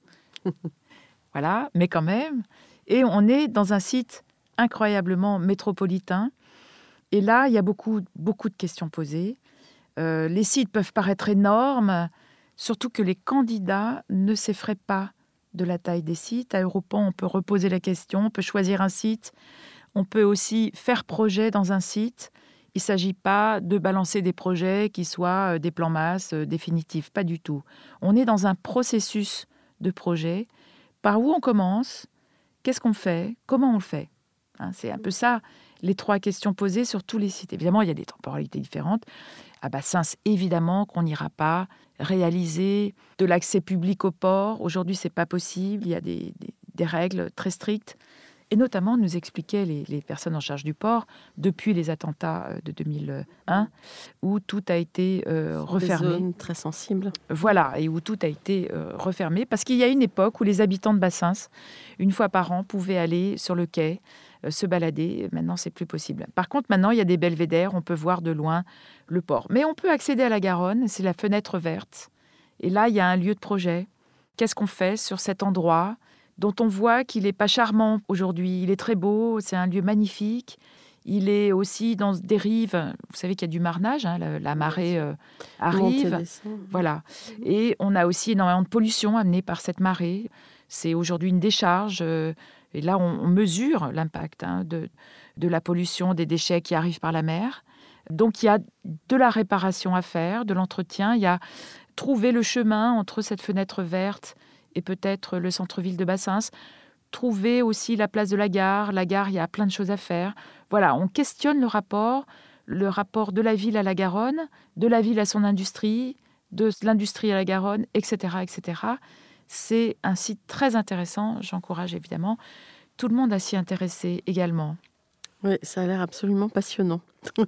Voilà, mais quand même. Et on est dans un site incroyablement métropolitain. Et là, il y a beaucoup, beaucoup de questions posées. Euh, les sites peuvent paraître énormes, surtout que les candidats ne s'effraient pas de la taille des sites. À Europan, on peut reposer la question, on peut choisir un site, on peut aussi faire projet dans un site. Il ne s'agit pas de balancer des projets qui soient des plans masse euh, définitifs, pas du tout. On est dans un processus de projet. Par où on commence ? Qu'est-ce qu'on fait ? Comment on le fait ? Hein, c'est un peu ça, les trois questions posées sur tous les sites. Évidemment, il y a des temporalités différentes. À Bassins, évidemment qu'on n'ira pas réaliser de l'accès public au port. Aujourd'hui, ce n'est pas possible. Il y a des, des, des règles très strictes. Et notamment, nous expliquaient les, les personnes en charge du port, depuis les attentats de deux mille un, où tout a été euh, refermé. Des zones très sensibles. Voilà, et où tout a été euh, refermé. Parce qu'il y a une époque où les habitants de Bassins, une fois par an, pouvaient aller sur le quai, euh, se balader. Maintenant, c'est plus possible. Par contre, maintenant, il y a des belvédères. On peut voir de loin le port. Mais on peut accéder à la Garonne. C'est la fenêtre verte. Et là, il y a un lieu de projet. Qu'est-ce qu'on fait sur cet endroit dont on voit qu'il n'est pas charmant aujourd'hui. Il est très beau, c'est un lieu magnifique. Il est aussi dans des rives. Vous savez qu'il y a du marnage, hein, la, la marée euh, arrive. Voilà. Et on a aussi énormément de pollution amenée par cette marée. C'est aujourd'hui une décharge. Euh, et là, on, on mesure l'impact hein, de, de la pollution, des déchets qui arrivent par la mer. Donc, il y a de la réparation à faire, de l'entretien. Il y a trouver le chemin entre cette fenêtre verte et peut-être le centre-ville de Bassins, trouver aussi la place de la gare. La gare, il y a plein de choses à faire. Voilà, on questionne le rapport, le rapport de la ville à la Garonne, de la ville à son industrie, de l'industrie à la Garonne, et cetera, et cetera. C'est un site très intéressant. J'encourage évidemment tout le monde à s'y intéresser également. Oui, ça a l'air absolument passionnant.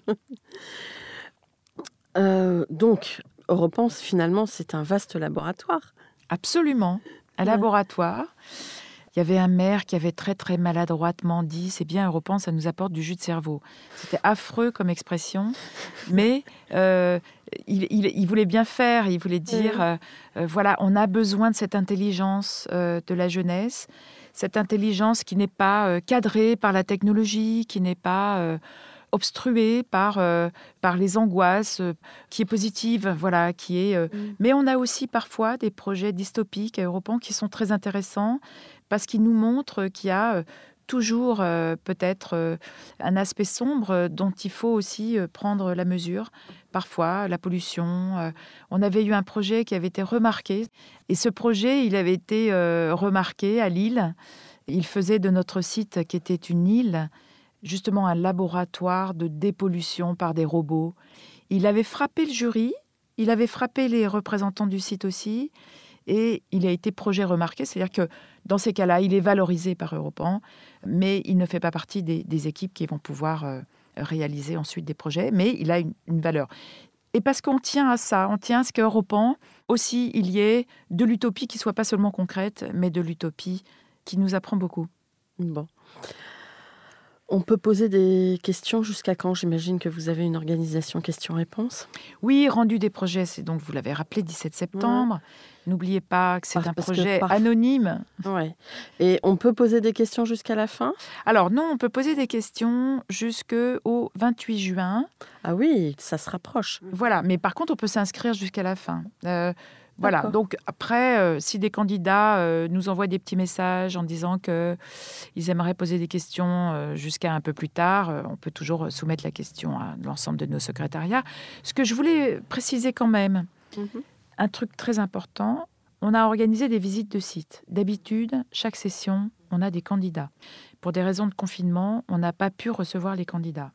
euh, donc, Europan, finalement, c'est un vaste laboratoire. Absolument, un ouais. laboratoire. Il y avait un maire qui avait très, très maladroitement dit « c'est bien, Europan, ça nous apporte du jus de cerveau ». C'était affreux comme expression, mais euh, il, il, il voulait bien faire. Il voulait dire ouais. euh, « voilà, on a besoin de cette intelligence euh, de la jeunesse, cette intelligence qui n'est pas euh, cadrée par la technologie, qui n'est pas... Euh, obstruée par, euh, par les angoisses, euh, qui est positive, voilà, qui est... Euh... Mm. Mais on a aussi parfois des projets dystopiques à Europan qui sont très intéressants parce qu'ils nous montrent qu'il y a euh, toujours euh, peut-être euh, un aspect sombre dont il faut aussi euh, prendre la mesure. Parfois, la pollution. Euh, on avait eu un projet qui avait été remarqué. Et ce projet, il avait été euh, remarqué à Lille. Il faisait de notre site, qui était une île, justement un laboratoire de dépollution par des robots. Il avait frappé le jury, il avait frappé les représentants du site aussi, et il a été projet remarqué, c'est-à-dire que dans ces cas-là, il est valorisé par Europan, mais il ne fait pas partie des, des équipes qui vont pouvoir euh, réaliser ensuite des projets, mais il a une, une valeur. Et parce qu'on tient à ça, on tient à ce qu'Europan, aussi, il y ait de l'utopie qui ne soit pas seulement concrète, mais de l'utopie qui nous apprend beaucoup. Bon. On peut poser des questions jusqu'à quand? J'imagine que vous avez une organisation questions-réponses. Oui, rendu des projets, c'est donc, vous l'avez rappelé, dix-sept septembre. Ouais. N'oubliez pas que c'est ah, un projet par... anonyme. Ouais. Et on peut poser des questions jusqu'à la fin? Alors non, on peut poser des questions jusqu'au vingt-huit juin. Ah oui, ça se rapproche. Voilà, mais par contre, on peut s'inscrire jusqu'à la fin. Euh, Voilà, D'accord. Donc après, euh, si des candidats euh, nous envoient des petits messages en disant qu'ils aimeraient poser des questions euh, jusqu'à un peu plus tard, euh, on peut toujours soumettre la question à l'ensemble de nos secrétariats. Ce que je voulais préciser quand même, mm-hmm. un truc très important, on a organisé des visites de sites. D'habitude, chaque session, on a des candidats. Pour des raisons de confinement, on n'a pas pu recevoir les candidats.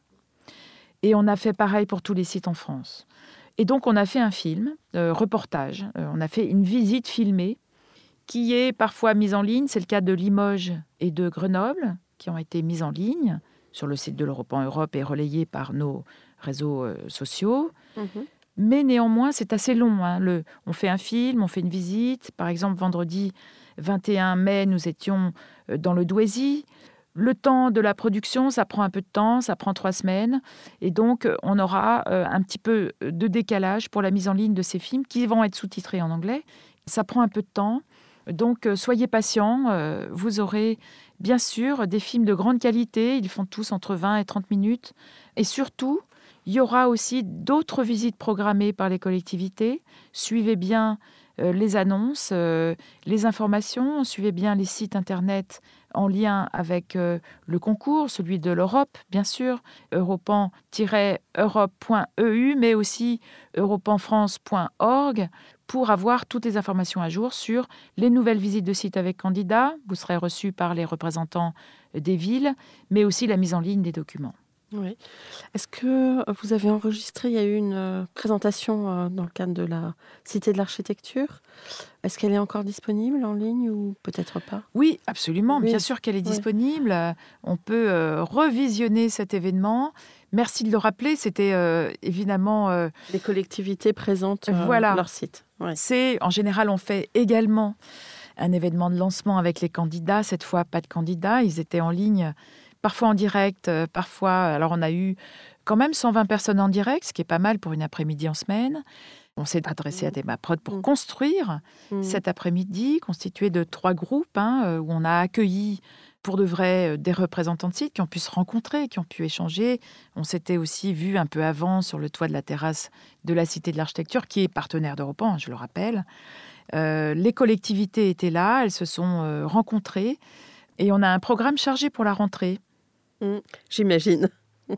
Et on a fait pareil pour tous les sites en France. Et donc, on a fait un film, euh, reportage. Euh, on a fait une visite filmée qui est parfois mise en ligne. C'est le cas de Limoges et de Grenoble qui ont été mises en ligne sur le site de l'Europan Europe et relayées par nos réseaux euh, sociaux. Mmh. Mais néanmoins, c'est assez long. Hein. Le, on fait un film, on fait une visite. Par exemple, vendredi vingt et un mai, nous étions dans le Douaisis. Le temps de la production, ça prend un peu de temps, ça prend trois semaines. Et donc, on aura euh, un petit peu de décalage pour la mise en ligne de ces films qui vont être sous-titrés en anglais. Ça prend un peu de temps. Donc, euh, soyez patients. Euh, vous aurez bien sûr des films de grande qualité. Ils font tous entre vingt et trente minutes. Et surtout, il y aura aussi d'autres visites programmées par les collectivités. Suivez bien euh, les annonces, euh, les informations. Suivez bien les sites Internet en lien avec euh, le concours, celui de l'Europe, bien sûr, europan tiret europe point e u, mais aussi europan france point org, pour avoir toutes les informations à jour sur les nouvelles visites de sites avec candidats. Vous serez reçus par les représentants des villes, mais aussi la mise en ligne des documents. Oui. Est-ce que vous avez enregistré, il y a eu une euh, présentation euh, dans le cadre de la Cité de l'Architecture. Est-ce qu'elle est encore disponible en ligne ou peut-être pas? Oui, absolument. Oui. Bien sûr qu'elle est disponible. Oui. On peut euh, revisionner cet événement. Merci de le rappeler. C'était euh, évidemment... Euh, Les collectivités présentent euh, voilà. leur site. Ouais. C'est, en général, on fait également un événement de lancement avec les candidats. Cette fois, pas de candidats. Ils étaient en ligne... Parfois en direct, parfois... Alors, on a eu quand même cent vingt personnes en direct, ce qui est pas mal pour une après-midi en semaine. On s'est adressé à Thémaprod pour mmh. construire mmh. cet après-midi, constitué de trois groupes, hein, où on a accueilli pour de vrai des représentants de sites qui ont pu se rencontrer, qui ont pu échanger. On s'était aussi vu un peu avant sur le toit de la terrasse de la Cité de l'Architecture, qui est partenaire d'Europan, je le rappelle. Euh, les collectivités étaient là, elles se sont euh, rencontrées. Et on a un programme chargé pour la rentrée. Mmh, j'imagine.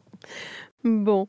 Bon.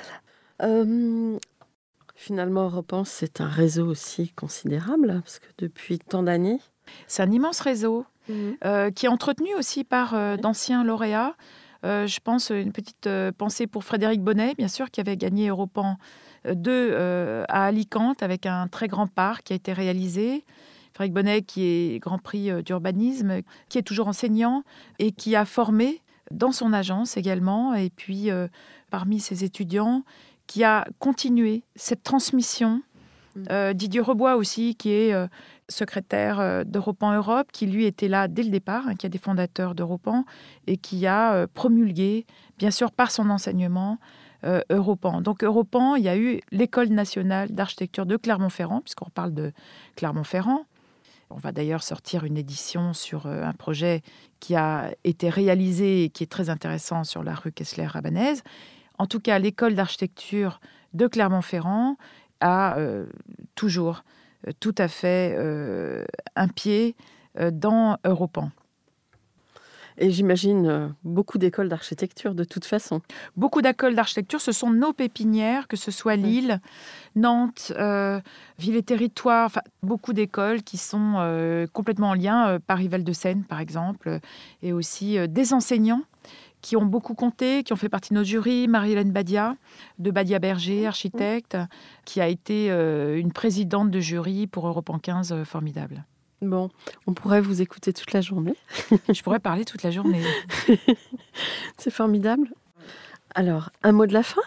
Euh, finalement, Europan, c'est un réseau aussi considérable, parce que depuis tant d'années... C'est un immense réseau mmh. euh, qui est entretenu aussi par euh, d'anciens lauréats. Euh, je pense une petite euh, pensée pour Frédéric Bonnet, bien sûr, qui avait gagné Europan deux euh, à Alicante avec un très grand parc qui a été réalisé. Frédéric Bonnet, qui est Grand Prix d'urbanisme, qui est toujours enseignant et qui a formé dans son agence également, et puis euh, parmi ses étudiants, qui a continué cette transmission. Euh, Didier Rebois aussi, qui est euh, secrétaire euh, d'Europan Europe, qui lui était là dès le départ, hein, qui est des fondateurs d'Europan, et qui a euh, promulgué, bien sûr par son enseignement, euh, Europan. Donc Europan, il y a eu l'École nationale d'architecture de Clermont-Ferrand, puisqu'on parle de Clermont-Ferrand. On va d'ailleurs sortir une édition sur un projet qui a été réalisé et qui est très intéressant sur la rue Kessler-Rabanez. En tout cas, l'école d'architecture de Clermont-Ferrand a euh, toujours euh, tout à fait euh, un pied euh, dans Europan. Et j'imagine euh, beaucoup d'écoles d'architecture de toute façon. Beaucoup d'écoles d'architecture, ce sont nos pépinières, que ce soit Lille, Nantes, euh, Ville et Territoire, enfin, beaucoup d'écoles qui sont euh, complètement en lien, euh, Paris-Val-de-Seine par exemple, et aussi euh, des enseignants qui ont beaucoup compté, qui ont fait partie de nos jurys. Marie-Hélène Badia, de Badia Berger, architecte, qui a été euh, une présidente de jury pour Europe en quinze, euh, formidable. Bon, on pourrait vous écouter toute la journée. Je pourrais parler toute la journée. C'est formidable. Alors, un mot de la fin ?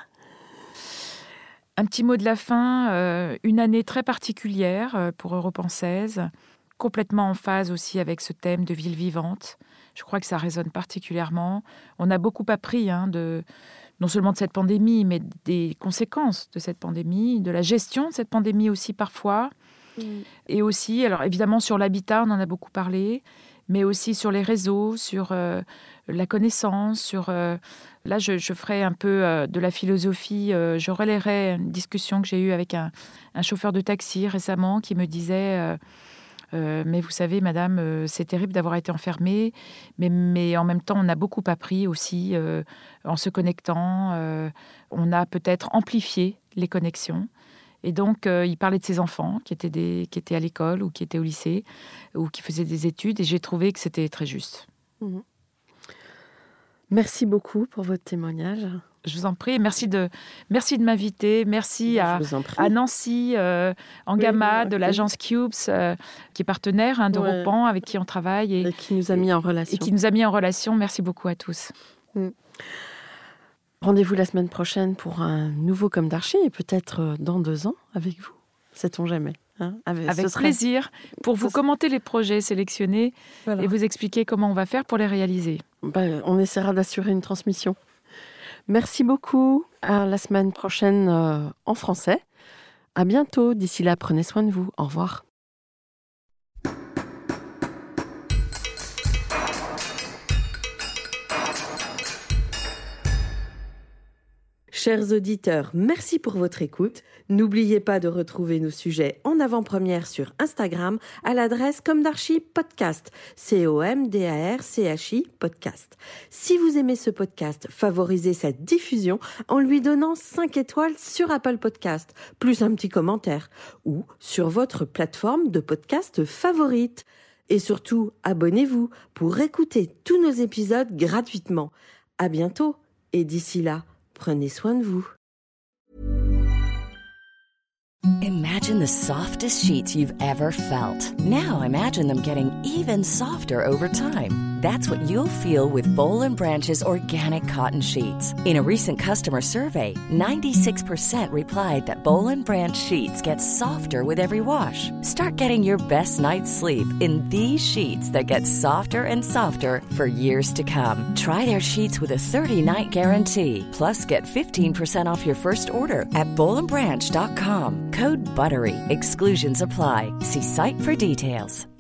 Un petit mot de la fin. Euh, une année très particulière euh, pour Europe en seize, complètement en phase aussi avec ce thème de ville vivante. Je crois que ça résonne particulièrement. On a beaucoup appris hein, de, non seulement de cette pandémie, mais des conséquences de cette pandémie, de la gestion de cette pandémie aussi parfois. Mmh. Et aussi, alors évidemment sur l'habitat, on en a beaucoup parlé, mais aussi sur les réseaux, sur euh, la connaissance, sur... Euh, là, je, je ferai un peu euh, de la philosophie. Euh, je relayerai une discussion que j'ai eue avec un, un chauffeur de taxi récemment qui me disait... Euh, Euh, mais vous savez, madame, euh, c'est terrible d'avoir été enfermée, mais, mais en même temps, on a beaucoup appris aussi euh, en se connectant. Euh, on a peut-être amplifié les connexions. Et donc, euh, il parlait de ses enfants qui étaient, des, qui étaient à l'école ou qui étaient au lycée ou qui faisaient des études. Et j'ai trouvé que c'était très juste. Mmh. Merci beaucoup pour votre témoignage. Je vous en prie. Merci de, merci de m'inviter. Merci à, à Nancy euh, Angama oui, oui, de l'agence Cubes, euh, qui est partenaire hein, d'Europan, ouais. avec qui on travaille. Et, et qui nous a mis en relation. Et qui nous a mis en relation. Merci beaucoup à tous. Mm. Rendez-vous la semaine prochaine pour un nouveau Comme d'Archi et peut-être dans deux ans avec vous. Sait-on jamais. Hein, avec avec serait... plaisir pour vous commenter les projets sélectionnés voilà. et vous expliquer comment on va faire pour les réaliser. Ben, on essaiera d'assurer une transmission. Merci beaucoup. À la semaine prochaine euh, en français. À bientôt. D'ici là, prenez soin de vous. Au revoir. Chers auditeurs, merci pour votre écoute. N'oubliez pas de retrouver nos sujets en avant-première sur Instagram à l'adresse Comme d'Archi Podcast, C O M D A R C H I Podcast. Si vous aimez ce podcast, favorisez sa diffusion en lui donnant cinq étoiles sur Apple Podcast, plus un petit commentaire, ou sur votre plateforme de podcast favorite. Et surtout, abonnez-vous pour écouter tous nos épisodes gratuitement. À bientôt et d'ici là, prenez soin de vous. Imagine the softest sheets you've ever felt. Now imagine them getting even softer over time. That's what you'll feel with Boll and Branch's organic cotton sheets. In a recent customer survey, ninety-six percent replied that Boll and Branch sheets get softer with every wash. Start getting your best night's sleep in these sheets that get softer and softer for years to come. Try their sheets with a thirty-night guarantee. Plus, get fifteen percent off your first order at boll and branch dot com. Code BUTTERY. Exclusions apply. See site for details.